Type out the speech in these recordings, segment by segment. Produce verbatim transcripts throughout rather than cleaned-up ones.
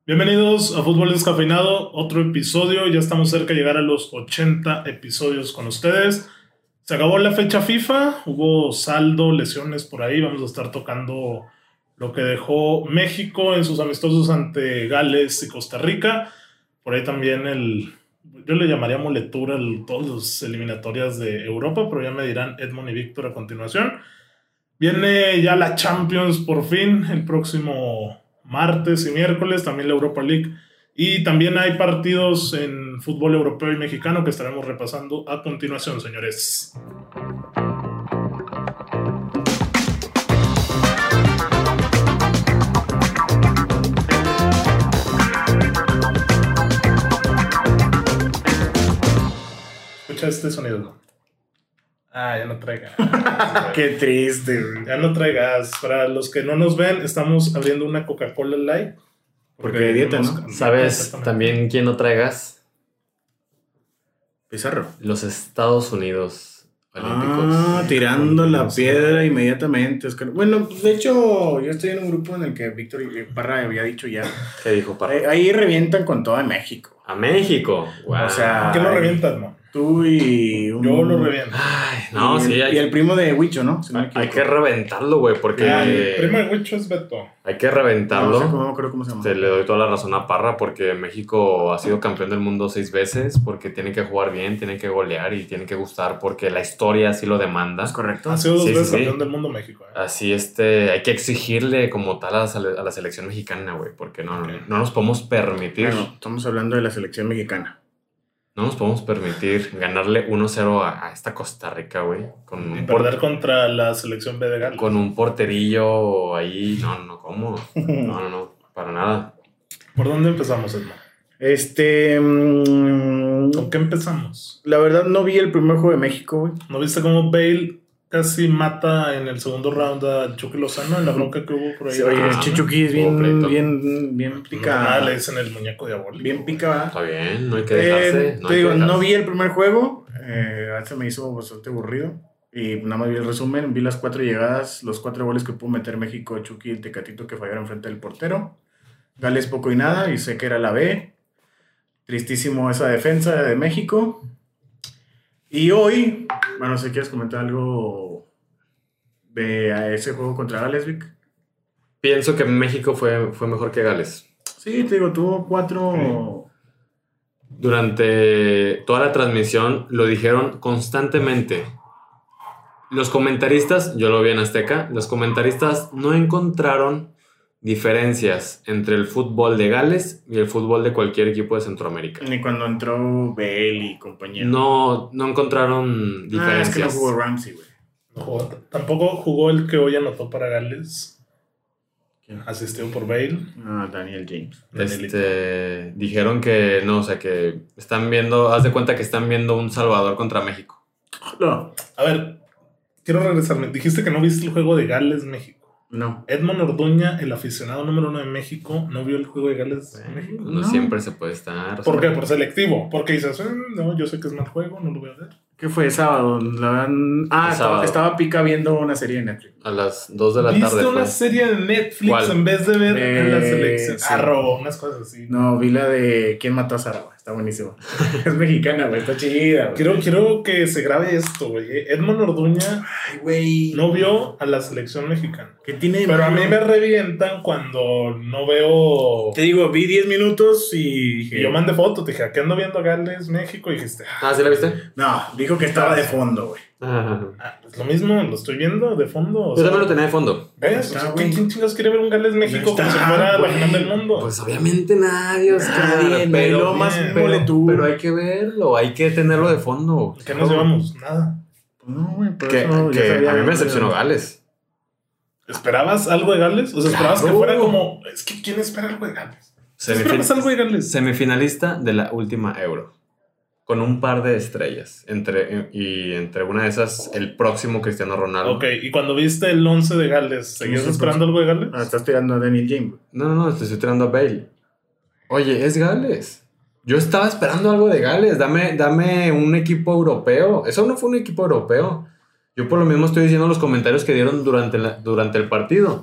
Bienvenidos a Fútbol Descafeinado, otro episodio. Ya estamos cerca de llegar a los ochenta episodios con ustedes. Se acabó la fecha FIFA, hubo saldo, lesiones por ahí. Vamos a estar tocando lo que dejó México en sus amistosos ante Gales y Costa Rica. Por ahí también el, yo le llamaría moletura el, todas las eliminatorias de Europa, pero ya me dirán Edmond y Víctor a continuación. Viene ya la Champions por fin, el próximo martes y miércoles, también la Europa League. Y también hay partidos en fútbol europeo y mexicano que estaremos repasando a continuación, señores. Escucha este sonido. Ah, ya no traigas. Qué triste, güey. Ya no traigas. Para los que no nos ven, estamos abriendo una Coca-Cola Light. Porque de dieta, ¿no? Dieta, ¿sabes también quién no traigas? Pizarro. Los Estados Unidos Olímpicos. Ah, tirando la piedra inmediatamente, Oscar. Bueno, pues de hecho, yo estoy en un grupo en el que Víctor Parra había dicho ya. ¿Qué dijo Parra? Ahí, ahí revientan con todo a México. A México. Wow. O sea, ¿Qué lo revientas, no? Tú y un... Yo lo reviento. Ay, no, y, sí. Hay, y el primo de Huicho, ¿no? Si no me hay equivoco. que reventarlo, güey, porque... Ah, el primo de Huicho es Beto. Hay que reventarlo. No sé cómo, creo cómo se llama. Te le doy toda la razón a Parra porque México ha sido campeón del mundo seis veces, porque tiene que jugar bien, tiene que golear y tiene que gustar porque la historia así lo demanda. ¿Es correcto? Ha sido dos Sí, sí, veces sí. campeón del mundo México. ¿eh? Así, este, hay que exigirle como tal a la, sele- a la selección mexicana, güey, porque no, Ok. no nos podemos permitir... Bueno, estamos hablando de la selección mexicana. No nos podemos permitir ganarle uno cero a, a esta Costa Rica, güey. Con, Y un por- perder contra la selección B de Gales. con un porterillo ahí. No, no, ¿cómo? No, no, no, para nada. ¿Por dónde empezamos, Edmond? Este... mm, ¿Con qué empezamos? la verdad no vi el primer juego de México, güey. ¿No viste cómo Bale casi mata en el segundo round a Chucky Lozano en la bronca que hubo por ahí? Sí, oye, Ah, el Chichuqui es hubo bien, pleito. bien, bien pica. Ah, le dicen el muñeco diabólico. Bien pica, ¿verdad? Está bien, no hay que dejarse. Eh, no, te hay digo, que no dejarse. vi el primer juego, eh, a veces se me hizo bastante aburrido y nada más vi el resumen, vi las cuatro llegadas, los cuatro goles que pudo meter México, Chucky y el Tecatito que fallaron frente del portero, Gales poco y nada y sé que era la B, tristísimo esa defensa de México y hoy, bueno, si quieres comentar algo de a ese juego contra Gales, Vic. Pienso que México fue, fue mejor que Gales. Sí, te digo, tuvo cuatro... Durante toda la transmisión lo dijeron constantemente. Los comentaristas, yo lo vi en Azteca, los comentaristas no encontraron diferencias entre el fútbol de Gales y el fútbol de cualquier equipo de Centroamérica. Ni cuando entró Bale y compañía. No, no encontraron Ah, es que no diferencias. jugó Ramsey, güey. No jugó- tampoco jugó el que hoy anotó para Gales. Asistido por Bale. Ah, Daniel James. Este, dijeron que no, o sea, que están viendo, haz de cuenta que están viendo un Salvador contra México. No, A ver, quiero regresarme. Dijiste que no viste el juego de Gales-México. no. Edmond Orduña, el aficionado número uno de México, no vio el juego de Gales-México. No, No. siempre se puede estar. ¿Por qué? Por selectivo. Porque dices, "Mm, no, yo sé que es mal juego, no lo voy a ver". ¿Qué fue sábado? La verdad, ah, El sábado. estaba, estaba pica viendo una serie de Netflix. A las dos de la ¿Viste tarde una fue. serie de Netflix ¿Cuál? en vez de ver Eh, en la selección? sí. Arro, unas cosas así. No, vi la de ¿Quién mató a Sara? Güey. Está buenísima. Es mexicana, güey. Está chida, güey. Quiero, quiero que se grabe esto, güey. Edmond Orduña Ay, güey. no vio a la selección mexicana. ¿Qué tiene de Pero a malo? mí me revientan cuando no veo... Te digo, vi diez minutos y dije... Y yo mandé fotos, te dije, ¿qué ando viendo Gales, México? Y dijiste, ah, Ah, ¿sí la viste? No, dijo que estaba de fondo, güey. Ajá. ah, es lo mismo, lo estoy viendo de fondo. o Yo sea, también lo tenía de fondo. ¿Ves? Está, O sea, güey. ¿quién, quién chingados quiere ver un Gales México Está, como si fuera la güey. final del mundo? Pues obviamente nadie, Oscar, Nadie, pero, lo más bien, mole pero, tú. pero hay que verlo, hay que tenerlo de fondo. ¿Qué nos llevamos? Nada. No, güey, por Que, eso ya que sabía- a mí me decepcionó Gales. ¿Esperabas algo de Gales? O sea, ¿esperabas Claro. que fuera como... Es que ¿quién espera algo de Gales? Semifin- ¿Esperabas algo de Gales? Semifinalista de la última Euro. Con un par de estrellas. Entre, y entre una de esas, el próximo Cristiano Ronaldo. Ok, y cuando viste el once de Gales, ¿seguías Sí, sí, esperando algo de Gales? Ah, estás tirando a Daniel James, güey. No, no, no, te estoy tirando a Bale. Oye, es Gales. Yo estaba esperando algo de Gales. Dame, dame un equipo europeo. Eso no fue un equipo europeo. Yo por lo mismo estoy diciendo los comentarios que dieron durante, la, durante el partido. O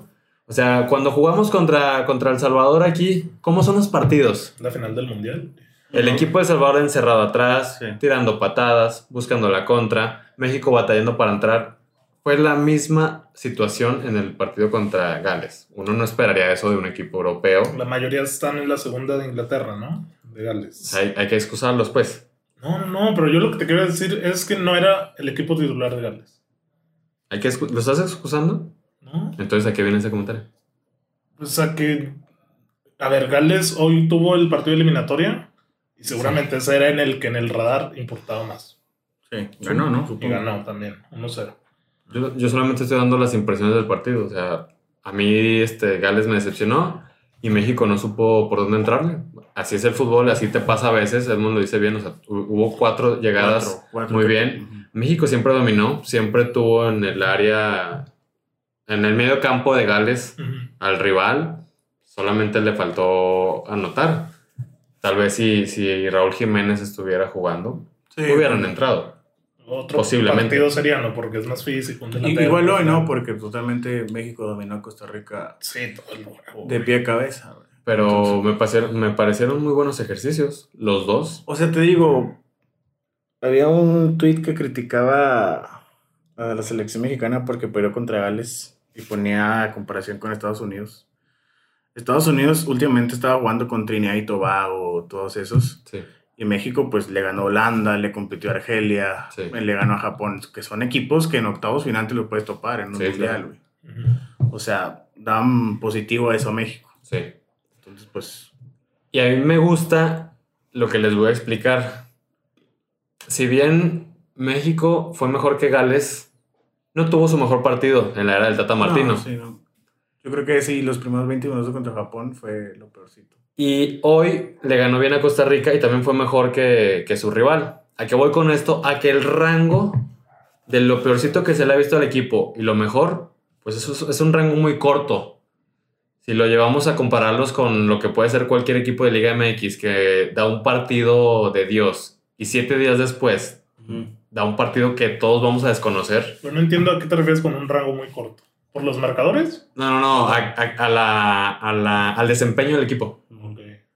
O sea, cuando jugamos contra, contra El Salvador aquí, ¿cómo son los partidos? La final del Mundial. El ¿No? equipo de Salvador encerrado atrás, Sí. tirando patadas, buscando la contra, México batallando para entrar. Fue la misma situación en el partido contra Gales. Uno no esperaría eso de un equipo europeo. La mayoría están en la segunda de Inglaterra, ¿no? De O Gales. sea, hay, hay que excusarlos, pues. No, no, no, pero yo lo que te quiero decir es que no era el equipo titular de Gales. Hay que excu- ¿Lo estás excusando? ¿No? Entonces, ¿a qué viene ese comentario? O sea que, a ver, Gales hoy tuvo el partido de eliminatoria y seguramente ese era en el que en el radar importaba más. Sí, ganó, ¿no? Y Supongo. ganó también, uno cero. Yo, yo solamente estoy dando las impresiones del partido. O sea, a mí este, Gales me decepcionó y México no supo por dónde entrarle. Así es el fútbol, así te pasa a veces. Edmond lo dice bien. O sea, hu- hubo cuatro llegadas Cuatro, cuatro muy que- bien. Ujú. México siempre dominó, siempre tuvo en el área, en el medio campo de Gales Ujú. al rival. Solamente le faltó anotar. Tal vez si, si Raúl Jiménez estuviera jugando, Sí, hubieran bueno. entrado. Otro Posiblemente. partido sería, ¿no? Porque es más físico. Un I- delantero, Igual hoy, pues, ¿no? Porque totalmente México dominó a Costa Rica Sí, todo el juego. de pie a cabeza. güey. Pero Entonces- me, parecieron, me parecieron muy buenos ejercicios, los dos. O sea, te digo, había un tuit que criticaba a la selección mexicana porque perdió contra Gales y ponía a comparación con Estados Unidos. Estados Unidos últimamente estaba jugando con Trinidad y Tobago, todos esos. Sí. Y México pues le ganó a Holanda, le compitió a Argelia, Sí. le ganó a Japón, que son equipos que en octavos final te lo puedes topar en un Sí, mundial, claro. güey. Ujú. O sea, dan positivo a eso a México. Sí. Entonces, pues, Y a mí me gusta lo que les voy a explicar. Si bien México fue mejor que Gales, no tuvo su mejor partido en la era del Tata Martino. no, sí, no. Yo creo que sí, los primeros veinte minutos contra Japón fue lo peorcito. Y hoy le ganó bien a Costa Rica y también fue mejor que, que su rival. ¿A qué voy con esto? A que el rango de lo peorcito que se le ha visto al equipo y lo mejor, pues eso es, es un rango muy corto. Si lo llevamos a compararlos con lo que puede ser cualquier equipo de Liga M X que da un partido de Dios y siete días después da un partido que todos vamos a desconocer. Pero no entiendo a qué te refieres con un rango muy corto. ¿Por los marcadores? No, no, no, a, a- a la, a la- al desempeño del equipo. Ok.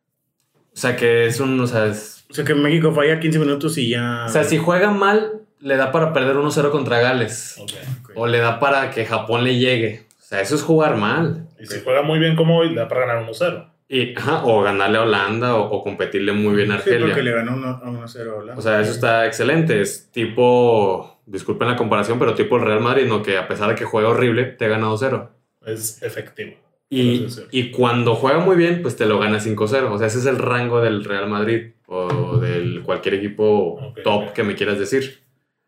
O sea que es un, o sea, es- O sea, que México falla quince minutos y ya... o sea, si juega mal, le da para perder uno cero contra Gales. Ok. Ok. O le da para que Japón le llegue. O sea, eso es jugar mal. Y si juega muy bien como hoy, le da para ganar uno cero. Y, ajá, o ganarle a Holanda o, o competirle muy bien a Sí, Argelia. porque le ganó uno- a uno cero a Holanda. O sea, eso está excelente. Es tipo, disculpen la comparación, pero tipo el Real Madrid, ¿no? Que a pesar de que juega horrible, te gana dos cero. Es efectivo. Y, Por así decirlo. y cuando juega muy bien, pues te lo gana cinco cero. O sea, ese es el rango del Real Madrid o del cualquier equipo Ok, top ok. que me quieras decir.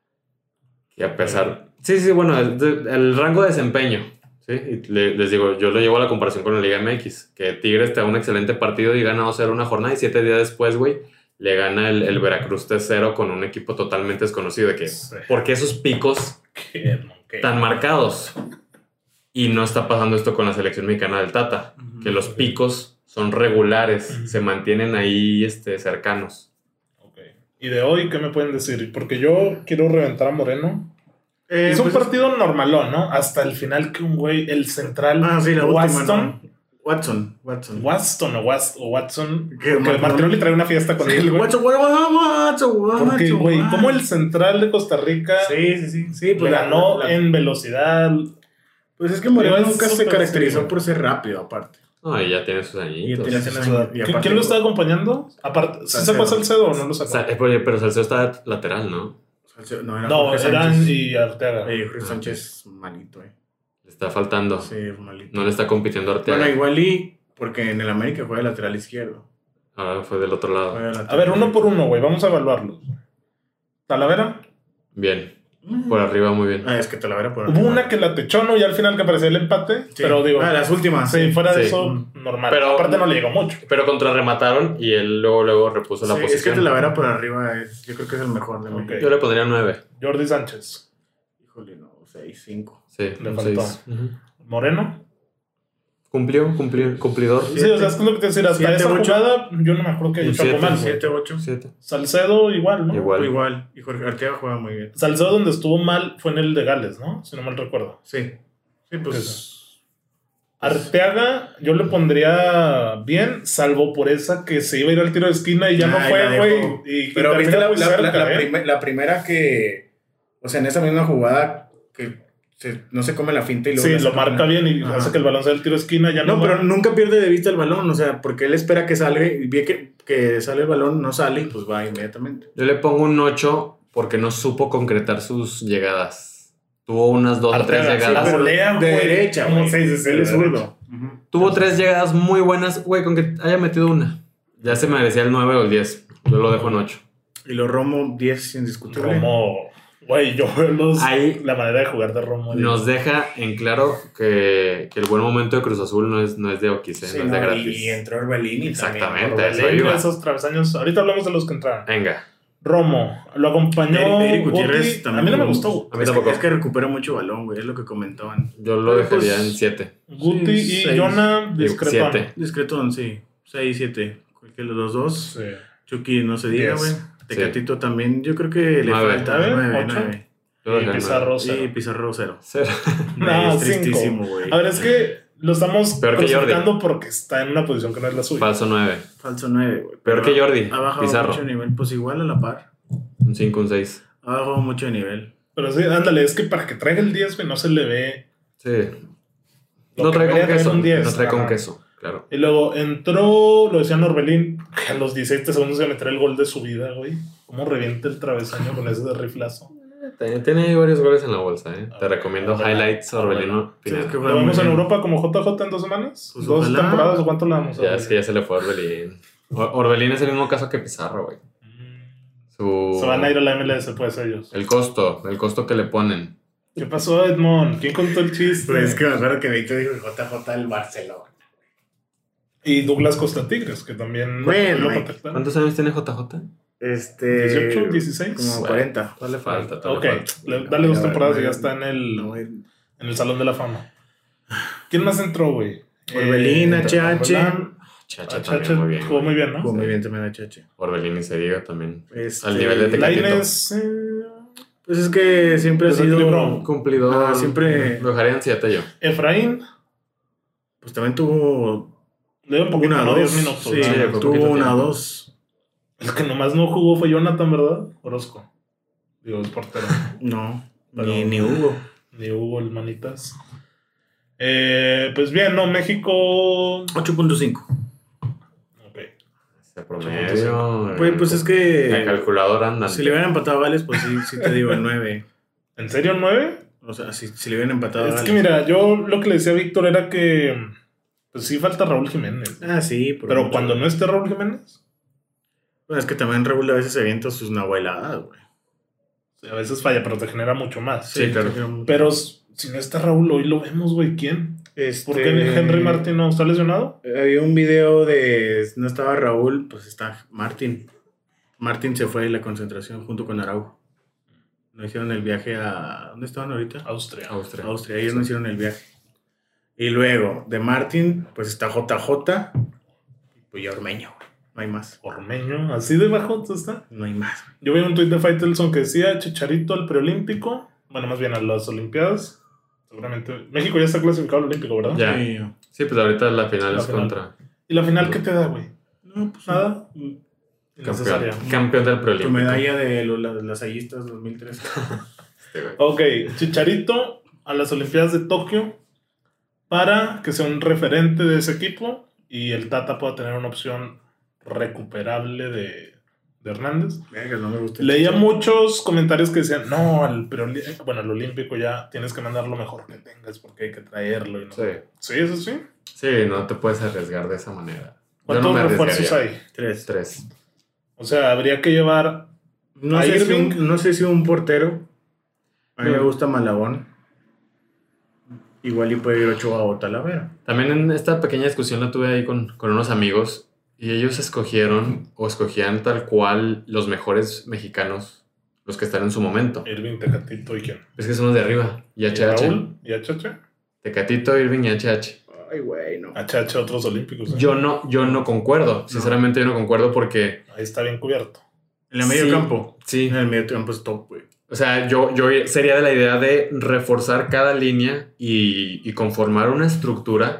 Y a pesar... Sí, sí, bueno, el, de- el rango de desempeño. ¿Sí? Y le- les digo, yo lo llevo a la comparación con la Liga M X. Que Tigres te da un excelente partido y gana dos cero una jornada y siete días después, güey, le gana el, el Veracruz tres cero con un equipo totalmente desconocido. De que, Sí. ¿por qué esos picos Qué- qué- tan marcados? Y no está pasando esto con la selección mexicana del Tata, Ujú. que los picos son regulares, Ujú. se mantienen ahí este, cercanos. Ok. ¿Y de hoy qué me pueden decir? Porque yo quiero reventar a Moreno. Eh, es un pues, partido normalón, ¿no? Hasta el final que un güey, el central, Ah, sí, la última, Watson, ¿no? Watson, Watson. Waston o, Was- o Watson, Que que Martinoli- Martinoli trae una fiesta con Sí, él, güey. Watson, Watson, Watson, Watson, Porque, güey, Watson. como el central de Costa Rica Sí, sí, sí. sí le pues la- ganó la- en velocidad. Pues es que Moreno Pero es nunca se súper caracterizó sí, por ser rápido, aparte. No, y ya tiene sus Y añitos. tiene- Tiene sus su- años, y ¿Qui- aparte- ¿Quién lo está acompañando? Aparte, ¿sí Salcedo. sacó a Salcedo o no lo O sacó? sea, eh, oye, pero Salcedo está lateral, ¿no? Salcedo- No, era No, Jorge eran Sánchez. y Arteaga. Eh, Jorge Ah, Sánchez, malito, eh. Le está faltando. Sí, malito. No le está compitiendo a Arteaga. Bueno, igual y porque en el América juega de lateral izquierdo. Ahora fue del otro lado. Juega de lateral A ver, uno por izquierdo. uno, güey. Vamos a evaluarlos. Talavera. Bien. Mm. Por arriba, muy bien. Ah, es que Talavera por Hubo arriba. una que la techó, ¿no? Y al final que aparecía el empate. Sí. Pero digo, Ah, las últimas. sí, fuera de Sí. eso, normal. Pero- Aparte no le llegó mucho. Pero contrarremataron y él luego, luego repuso la Sí, es que posición. Talavera por arriba es, yo creo que es el mejor de Ok. México. Yo le pondría nueve. Jordi Sánchez. Híjole, no, seis, cinco. Sí, Le un faltó. seis. Ujú. Moreno. Cumplió, cumplió, cumplidor. Sí, o sea, es lo que te decía. Hasta Siete, esa ocho. jugada, yo no me acuerdo que haya Un hecho algo siete, mal, güey. siete, ocho. Siete. Salcedo igual, ¿no? Igual. Igual. Y Jorge Arteaga juega muy bien. Salcedo donde estuvo mal fue en el de Gales, ¿no? Si no mal recuerdo. Sí. Sí, pues. Arteaga, yo le pondría bien, salvo por esa que se iba a ir al tiro de esquina y ya no Ay, fue, la güey. dejó. Y, Pero y viste termina la, muy la- cerca, la- la ¿eh? prime- la primera que, o sea, en esa misma jugada que se- no se come la finta y luego Sí, la lo saca marca una- bien y Ajá. hace que el balón sea el tiro de esquina. Ya no, No, va. pero nunca pierde de vista el balón, o sea, porque él espera que salga y ve que, que sale el balón, no sale y pues va inmediatamente. Yo le pongo un ocho porque no supo concretar sus llegadas. Tuvo unas dos o tres Arteaga, sí, llegadas. pero volea, de güey. derecha, ¿Cómo güey. se dice? Sí, Él es de derecha. zurdo. Ujú. Tuvo tres llegadas muy buenas, güey, con que haya metido una. Ya se merecía el nueve o el diez. Yo lo dejo en ocho. Y los Romo diez indiscutible. Romo, güey, yo veo los, Ahí la manera de jugar de Romo. Nos deja en claro que, que el buen momento de Cruz Azul no es, no es de Oquis, ¿eh? Sí, no es de no, gratis. y entró Orbelini Exactamente. también. eso Orbelín, iba. esos travesaños. Ahorita hablamos de los que entraron. Venga. Romo, lo acompañó. Eric- Eric Guti. Gutiérrez A también mí no me jugó. gustó. A mí Es que, tampoco. es que recupera mucho balón, güey, es lo que comentaban. Yo lo Pero, dejaría pues, en siete. Guti Sí, y seis. Jonah Digo, discrepan. siete. Discretón, sí. seis, siete. Cualquiera de los dos. Sí. Chucky, no se diga, Diez. güey. Tecatito también, yo creo que le Nueve. falta ¿Nueve? nueve, ¿Ocho? nueve. Yo lo Y dejaría en Pizarro Y cero. Pizarro cero. Cero. No, es cinco. tristísimo, güey. A ver, es que lo estamos Peor que crucificando porque está en una posición que no es la suya. Falso nueve. Falso nueve, güey. Peor Pero que Jordi, Ha bajado Pizarro. mucho de nivel, pues igual a la par. Un cinco, un seis. Ha bajado mucho de nivel. Pero sí, ándale, es que para que traiga el diez, güey, no se le ve. Sí. Lo No que trae con debería traer queso. un diez. No trae con Ajá. queso, claro. Y luego entró, lo decía Norbelín, que a los diecisiete segundos de meter el gol de su vida, güey. ¿Cómo revienta el travesaño con ese de riflazo? Tiene, tiene varios goles en la bolsa, ¿eh? Te recomiendo Ah, bueno. highlights Ah, Orbelino Sí, Pineda. es que ¿Lo juega muy vemos en bien. Europa como J J en dos semanas? Pues ¿Dos ojalá. temporadas o cuánto le damos? a Ya es que Orbelín? ya se le fue a Orbelín. Or- Orbelín es el mismo caso que Pizarro, güey. Su... Se van a ir a la M L S, pues, ellos. El costo, el costo que le ponen. ¿Qué pasó, Edmond? ¿Quién contó el chiste? Pues es que me acuerdo que Víctor dijo J J del Barcelona. Y Douglas Costa Tigres, que también Bueno, lo eh. contactaron. ¿Cuántos años tiene J J? Este. ¿dieciocho, dieciséis? Como Bueno, cuarenta. Todavía le falta, Ok, todavía le falta. le- dale dos Ya, temporadas y ya, ya está en el, No, güey. en el Salón de la Fama. ¿Quién más entró, güey? Orbelín, Eh, H H. Orbelán, Chacha H H también muy bien. jugó muy bien, ¿no? Jugó muy bien también H H. Orbelín y se diga también. Este, Al nivel de Tecatito. Lainez, eh, Pues es que siempre ha sido. Desequilibró. Cumplidor. Ah, siempre- Lo dejaría en siete yo. Efraín, Pues también tuvo le dio un poquito, una, ¿no? dos. diez minutos. Sí, Sí, ¿no? fue tuvo poquito una, tiempo. dos. El que nomás no jugó fue Jonathan, ¿verdad? Orozco. Digo, el portero. No, Pero- ni, ni Hugo. Ni Hugo, el manitas. Eh, pues bien, ¿no? México. ocho punto cinco. Ok. Ese promedio. Pues, pues es La que. calculadora anda. Si le hubieran empatado a Vales, pues sí, sí te digo el nueve. ¿En serio nueve? O sea, si, si le hubieran empatado a Es Vales. que mira, yo lo que le decía a Víctor era que. Pues sí, falta Raúl Jiménez. Ah, sí. por Pero mucho. cuando no esté Raúl Jiménez, Bueno, es que también Raúl a veces se avienta sus nahueladas, güey. a veces falla, pero te genera mucho más. Sí, claro. Pero, Pero s- si no está Raúl, hoy lo vemos, güey. ¿Quién? este, ¿Por qué Henry Martín no está lesionado? Había un video de. No estaba Raúl, pues está Martín. Martín se fue de la concentración junto con Araujo. No hicieron el viaje a. ¿Dónde estaban ahorita? Austria. Austria. Austria, ellos no hicieron el viaje. Y luego, de Martín, pues está J J. Y pues ya Ormeño, güey. No hay más. Ormeño, así de bajo está. No hay más, güey. Yo vi un tuit de Faitelson que decía Chicharito al preolímpico. Bueno, más bien a las Olimpiadas. Seguramente. México ya está clasificado al olímpico, ¿verdad? Ya. Sí. Sí, pues ahorita la final La es final. contra ¿Y la final qué te da, güey? No, pues Nada. campeón, Innecesaria. campeón del Tu preolímpico. medalla de los, las, las lasallistas dos mil trece. Este, güey. Ok, Chicharito a las Olimpiadas de Tokio para que sea un referente de ese equipo y el Tata pueda tener una opción recuperable de, de Hernández. Venga, no me gusta. el Leía Chicharo. muchos comentarios que decían, no, al preoli- bueno, al olímpico ya tienes que mandar lo mejor que tengas porque hay que traerlo. Y no. Sí. Sí, eso sí. Sí, no te puedes arriesgar de esa manera. Yo ¿Cuántos no me refuerzos arriesgaría. hay? Tres. Tres. O sea, habría que llevar... No ¿A sé, si Irving? un, no sé si un portero. A mí me No. gusta Malagón. Igual y puede ir Ochoa o Talavera. También en esta pequeña discusión la tuve ahí con, con unos amigos y ellos escogieron o escogían tal cual los mejores mexicanos, los que están en su momento. Irving, Tecatito y quién. Es que son los de arriba. Y ¿Y H H. Raúl? ¿Y H H? Tecatito, Irving y H H. Ay, güey, no. H H otros olímpicos. ¿eh? Yo no, yo no concuerdo. Sinceramente yo no concuerdo porque... Ahí está bien cubierto. En el medio Sí, campo. Sí. En el medio campo es top, güey. O sea, yo, yo sería de la idea de reforzar cada línea y, y conformar una estructura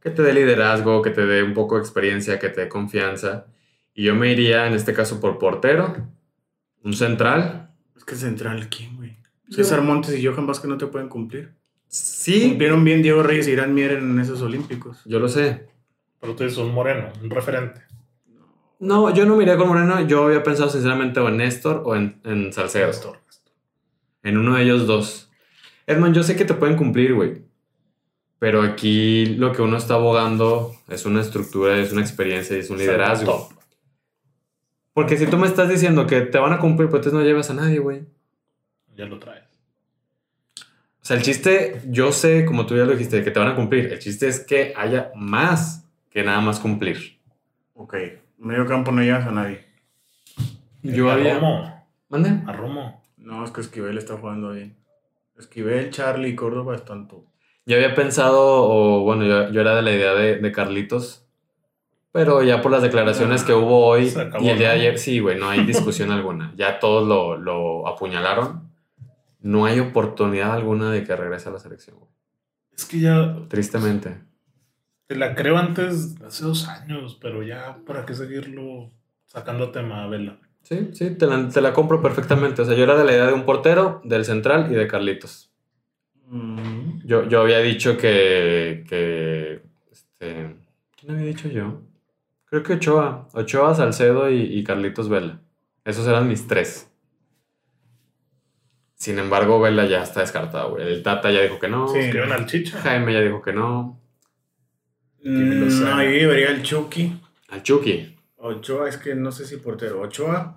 que te dé liderazgo, que te dé un poco de experiencia, que te dé confianza. Y yo me iría, en este caso, por portero, un central. Es que central, ¿quién, güey? César Montes y Johan Vázquez no te pueden cumplir. Sí. Cumplieron bien Diego Reyes y Irán Mier en esos olímpicos. Yo lo sé. Pero tú dices un Moreno, un referente. No, yo no me iría con Moreno. Yo había pensado sinceramente o en Néstor o en, en Salcedo. Néstor. En uno de ellos dos. Edmond, yo sé que te pueden cumplir, güey. Pero aquí lo que uno está abogando es una estructura, es una experiencia y es un liderazgo. Top. Porque si tú me estás diciendo que te van a cumplir, pues entonces no llevas a nadie, güey. Ya lo traes. O sea, el chiste, yo sé, como tú ya lo dijiste, que te van a cumplir. El chiste es que haya más que nada más cumplir. Ok. Medio campo no llevas a nadie. Yo a había... Romo. ¿Mande? A Romo. No, es que Esquivel está jugando bien. Esquivel, Charlie y Córdoba están todo. Yo había pensado, o bueno, yo, yo era de la idea de, de Carlitos. Pero ya por las declaraciones que hubo hoy Se acabó, y el día de ¿no? ayer, sí, güey, no hay discusión alguna. Ya todos lo, lo apuñalaron. No hay oportunidad alguna de que regrese a la selección, güey. Es que ya Tristemente. te la creo antes, hace dos años, pero ya para qué seguirlo sacando tema a vela. Sí, sí, te la, te la compro perfectamente. O sea, yo era de la idea de un portero, del central y de Carlitos. Mm. Yo, yo había dicho que, que este, ¿quién había dicho yo? Creo que Ochoa. Ochoa, Salcedo y, y Carlitos Vela. Esos eran mis tres. Sin embargo, Vela ya está descartado, güey. El Tata ya dijo que no. Sí. Escriben al Chicha. Jaime ya dijo que no. Mm, no, ahí llevaría el Chucky. Al Chucky. Ochoa, es que no sé si portero. Ochoa.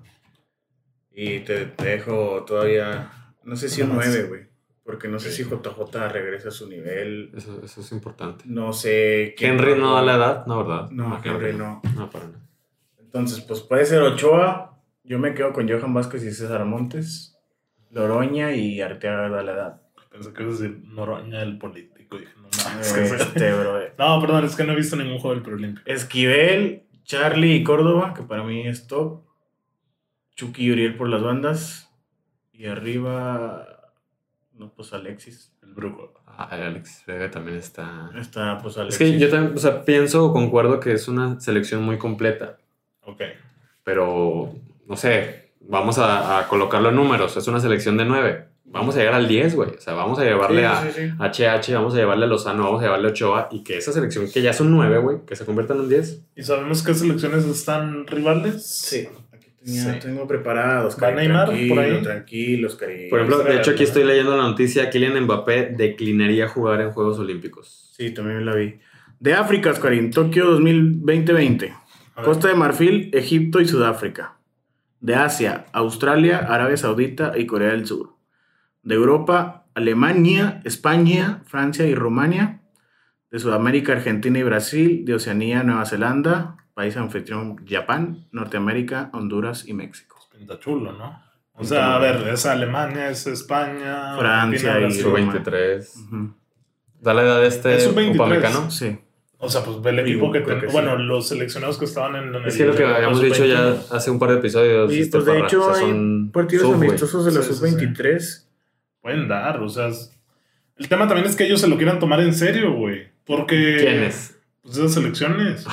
Y te, te dejo todavía. No sé si un Nada más. nueve, güey. Porque no sé si J J regresa a su nivel. Eso, eso es importante. No sé. quién Henry va a no da jugar. la edad, no, ¿verdad? No, Henry no. No, para nada. Entonces, pues puede ser Ochoa. Yo me quedo con Johan Vázquez y César Montes. Loroña y Arteaga da la edad. Pensé que ibas a decir Noroña, el político. Dije, no mames. que se- Este, bro. No, perdón, es que no he visto ningún juego del preolímpico. Esquivel, Charlie y Córdoba, que para mí es top. Chucky y Uriel por las bandas. Y arriba, no, pues Alexis. El Brujo. Ah, Alex Vega también está... Está, pues Es Alexis. que yo también, o sea, pienso, concuerdo que es una selección muy completa. Ok. Pero, no sé, vamos a, a colocarlo en números. Es una selección de nueve. Vamos a llegar al diez, güey. O sea, vamos a llevarle Sí, a sí, sí. H H, vamos a llevarle a Lozano, vamos a llevarle a Ochoa. Y que esa selección, que ya son nueve, güey, que se convierta en un diez. ¿Y sabemos qué selecciones están rivales? Sí. Aquí tenía- Sí. tengo preparados. ¿Va Neymar tranquilo, por ahí? Tranquilos, cariño. Por ejemplo, de hecho, aquí ¿no? estoy leyendo la noticia. Kylian Mbappé declinaría jugar en Juegos Olímpicos. Sí, también la vi. De África, Oscarín, Tokio dos mil veinte. A ver. Costa de Marfil, Egipto y Sudáfrica. De Asia, Australia, Arabia Saudita y Corea del Sur. De Europa, Alemania, España, Francia y Rumania. De Sudamérica, Argentina y Brasil. De Oceanía, Nueva Zelanda. País anfitrión, Japón. Norteamérica, Honduras y México. Pinta chulo, ¿no? O sea, a ver, es Alemania, es España, Francia Argentina, y Brasil. Sub veintitrés. Ujú. Da la edad de este Es sub veintitrés. Upamecano. Sí. O sea, pues ve el equipo que, Creo ten- que bueno, sí. los seleccionados que estaban en, en Es que lo que habíamos dicho ya hace un par de episodios. Y este, pues de Parra, hecho o sea, hay son partidos sub, güey. amistosos de la Sí, sí, sub veintitrés. pueden dar, o sea, es- el tema también es que ellos se lo quieran tomar en serio, güey. Porque... ¿Quiénes? Pues esas selecciones.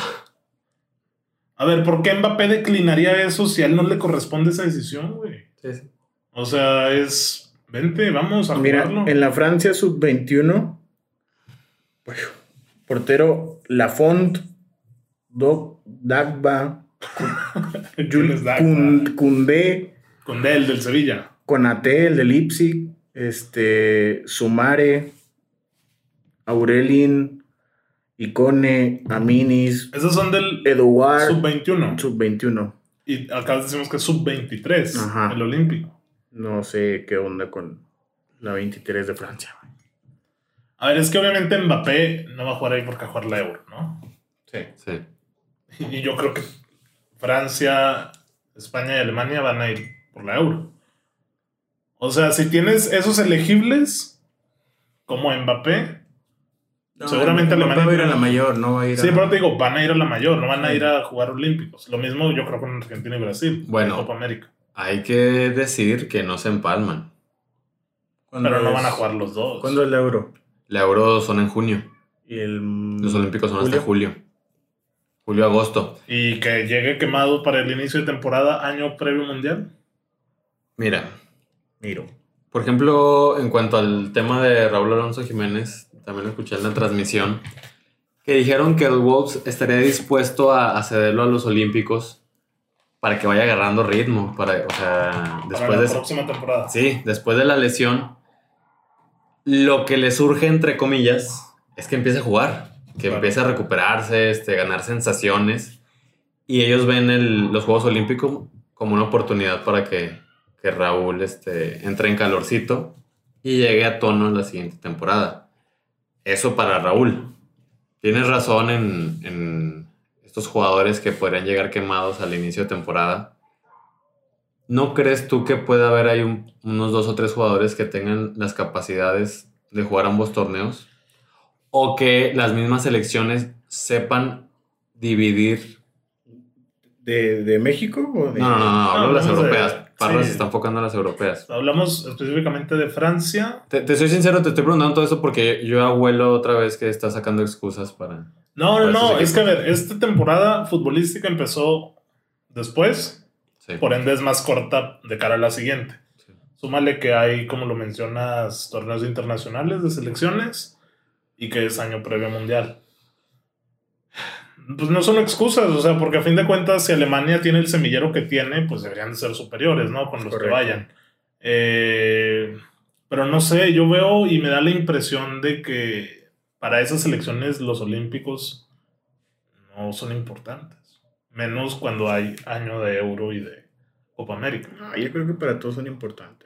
A ver, ¿por qué Mbappé declinaría eso si a él no le corresponde esa decisión, güey? Sí, sí. O sea, es... Vente, vamos a Mira, jugarlo. en la Francia sub veintiuno, pues, portero Lafont, Doc, Dagba, ¿Quién es Dagba? Kun- Koundé, Con Del, del Sevilla. Konaté, el de Leipzig, este, Sumare, Aurelin, Icone, Aminis, Esos son del Eduard, sub veintiuno. sub veintiuno. Y acá decimos que es sub veintitrés, Ajá. el olímpico. No sé qué onda con la veintitrés de Francia. A ver, es que obviamente Mbappé no va a jugar ahí porque va a jugar la Euro, ¿no? Sí. Sí. Y yo creo que Francia, España y Alemania van a ir por la Euro. O sea, si tienes esos elegibles, como Mbappé, seguramente no, Alemania va a ir a la tiene- mayor, no va a ir sí, a... pero te digo, van a ir a la mayor, no van a Sí. ir a jugar olímpicos. Lo mismo yo creo con Argentina y Brasil. Bueno. en Copa América. Hay que decir que no se ¿Cuándo Pero no es? van a jugar los dos. ¿Cuándo es el Euro? La Euro son en junio. ¿Y Y el, Los Olímpicos son hasta julio. Julio-agosto. Y que llegue quemado para el inicio de temporada, año previo mundial. Mira, Miro. por ejemplo, en cuanto al tema de Raúl Alonso Jiménez, también lo escuché en la transmisión, que dijeron que el Wolves estaría dispuesto a, a cederlo a los Olímpicos para que vaya agarrando ritmo, para, o sea, después para la de próxima temporada. Sí, después de la lesión, lo que le surge, entre comillas, es que empiece a jugar, que Claro. empiece a recuperarse, este, ganar sensaciones, y ellos ven el, los Juegos Olímpicos como una oportunidad para que, que Raúl este, entre en calorcito y llegue a tono en la siguiente temporada. Eso para Raúl. Tienes razón en, en estos jugadores que podrían llegar quemados al inicio de temporada. ¿No crees tú que puede haber ahí un- unos dos o tres jugadores que tengan las capacidades de jugar ambos torneos? ¿O que las mismas selecciones sepan dividir? ¿De, de México o de...? No, no, no, no, hablo de las hablamos de- europeas. Parra sí. se está enfocando en las europeas. Hablamos específicamente de Francia. Te, te soy sincero, te estoy preguntando todo esto porque yo abuelo otra vez que está sacando excusas para... No, no, Para no. esos Es que a equipos. ver, esta temporada futbolística empezó después, Sí. por ende es más corta de cara a la siguiente. Sí. Súmale que hay, como lo mencionas, torneos internacionales de selecciones y que es año previo mundial. Pues no son excusas, o sea, porque a fin de cuentas, si Alemania tiene el semillero que tiene, pues deberían de ser superiores, ¿no? Con los Correcto. que vayan. Eh, pero no sé, yo veo y me da la impresión de que para esas selecciones los olímpicos no son importantes. Menos cuando hay año de Euro y de Copa América. No, yo creo que para todos son importantes.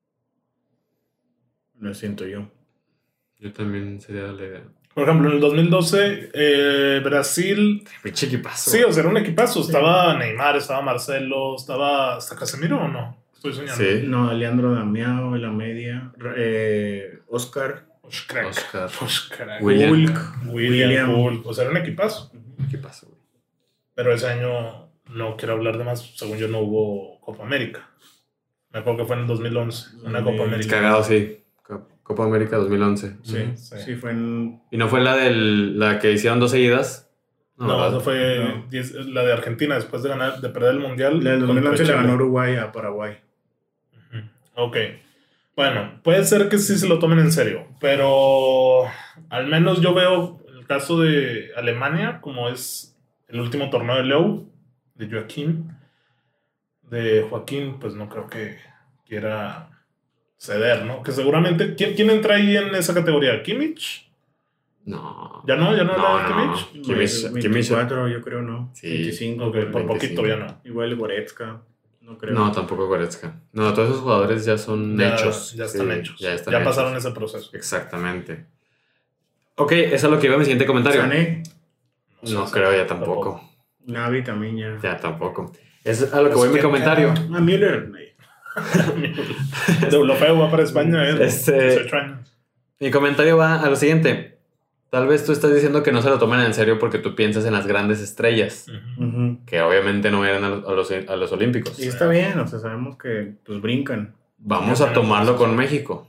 Lo siento yo. Yo también sería la idea. Por ejemplo, en el dos mil doce, eh, Brasil. Pinche equipazo. Sí, o sea, era un equipazo. Estaba Neymar, estaba Marcelo, estaba hasta Casemiro o no. Estoy soñando. Sí. No, Leandro Damiao en la media. eh, Oscar. Pues, crack. Oscar. Pues, crack. William. Hulk, William, William. Hulk. O sea, era un equipazo. Equipazo, güey. Pero ese año no quiero hablar de más. Según yo, no hubo Copa América. Me acuerdo que fue en el dos mil once. Una Sí. Copa América. Cagado, sí. Co- Copa América dos mil once. Sí, Ujú. sí, Sí. fue en... ¿Y no fue la del la que hicieron dos seguidas? No, ¿verdad? esa fue No. diez- la de Argentina después de ganar, de perder el mundial. La del dos mil once contra la ganó Chile. Uruguay a Paraguay. Ujú. Ok. Bueno, puede ser que sí se lo tomen en serio, pero al menos yo veo el caso de Alemania, como es el último torneo de Leo, de Joaquín, de Joaquín, pues no creo que quiera ceder, ¿no? Que seguramente, ¿quién, quién entra ahí en esa categoría? ¿Kimmich? No. ¿Ya no? ¿Ya no, No, era no, Kimmich? no. Kimmich- veinticuatro, yo creo, ¿no? Sí. veinticinco. Ok, por pero poquito veinticinco. ya no. Igual Goretzka, no creo. No, tampoco Goretzka. No, todos esos jugadores ya son Ya, hechos. ya están Sí, hechos. Ya, Ya, están hechos. pasaron ese proceso. Exactamente. Ok, eso es lo que iba a mi siguiente comentario. Sané, No sé, creo, ya tampoco. Navi también ya. Ya tampoco. Es a lo que voy en mi comentario. Ah, Müller. De lo feo va para España, ¿eh? Este- dieciocho años. Mi comentario va a lo siguiente. Tal vez tú estás diciendo que no se lo tomen en serio porque tú piensas en las grandes estrellas, Ujú. Ujú. que obviamente no eran a los, a los, a los Olímpicos. Y está bien, o sea, sabemos que pues brincan. Vamos Ya a tomarlo tenemos con eso. México.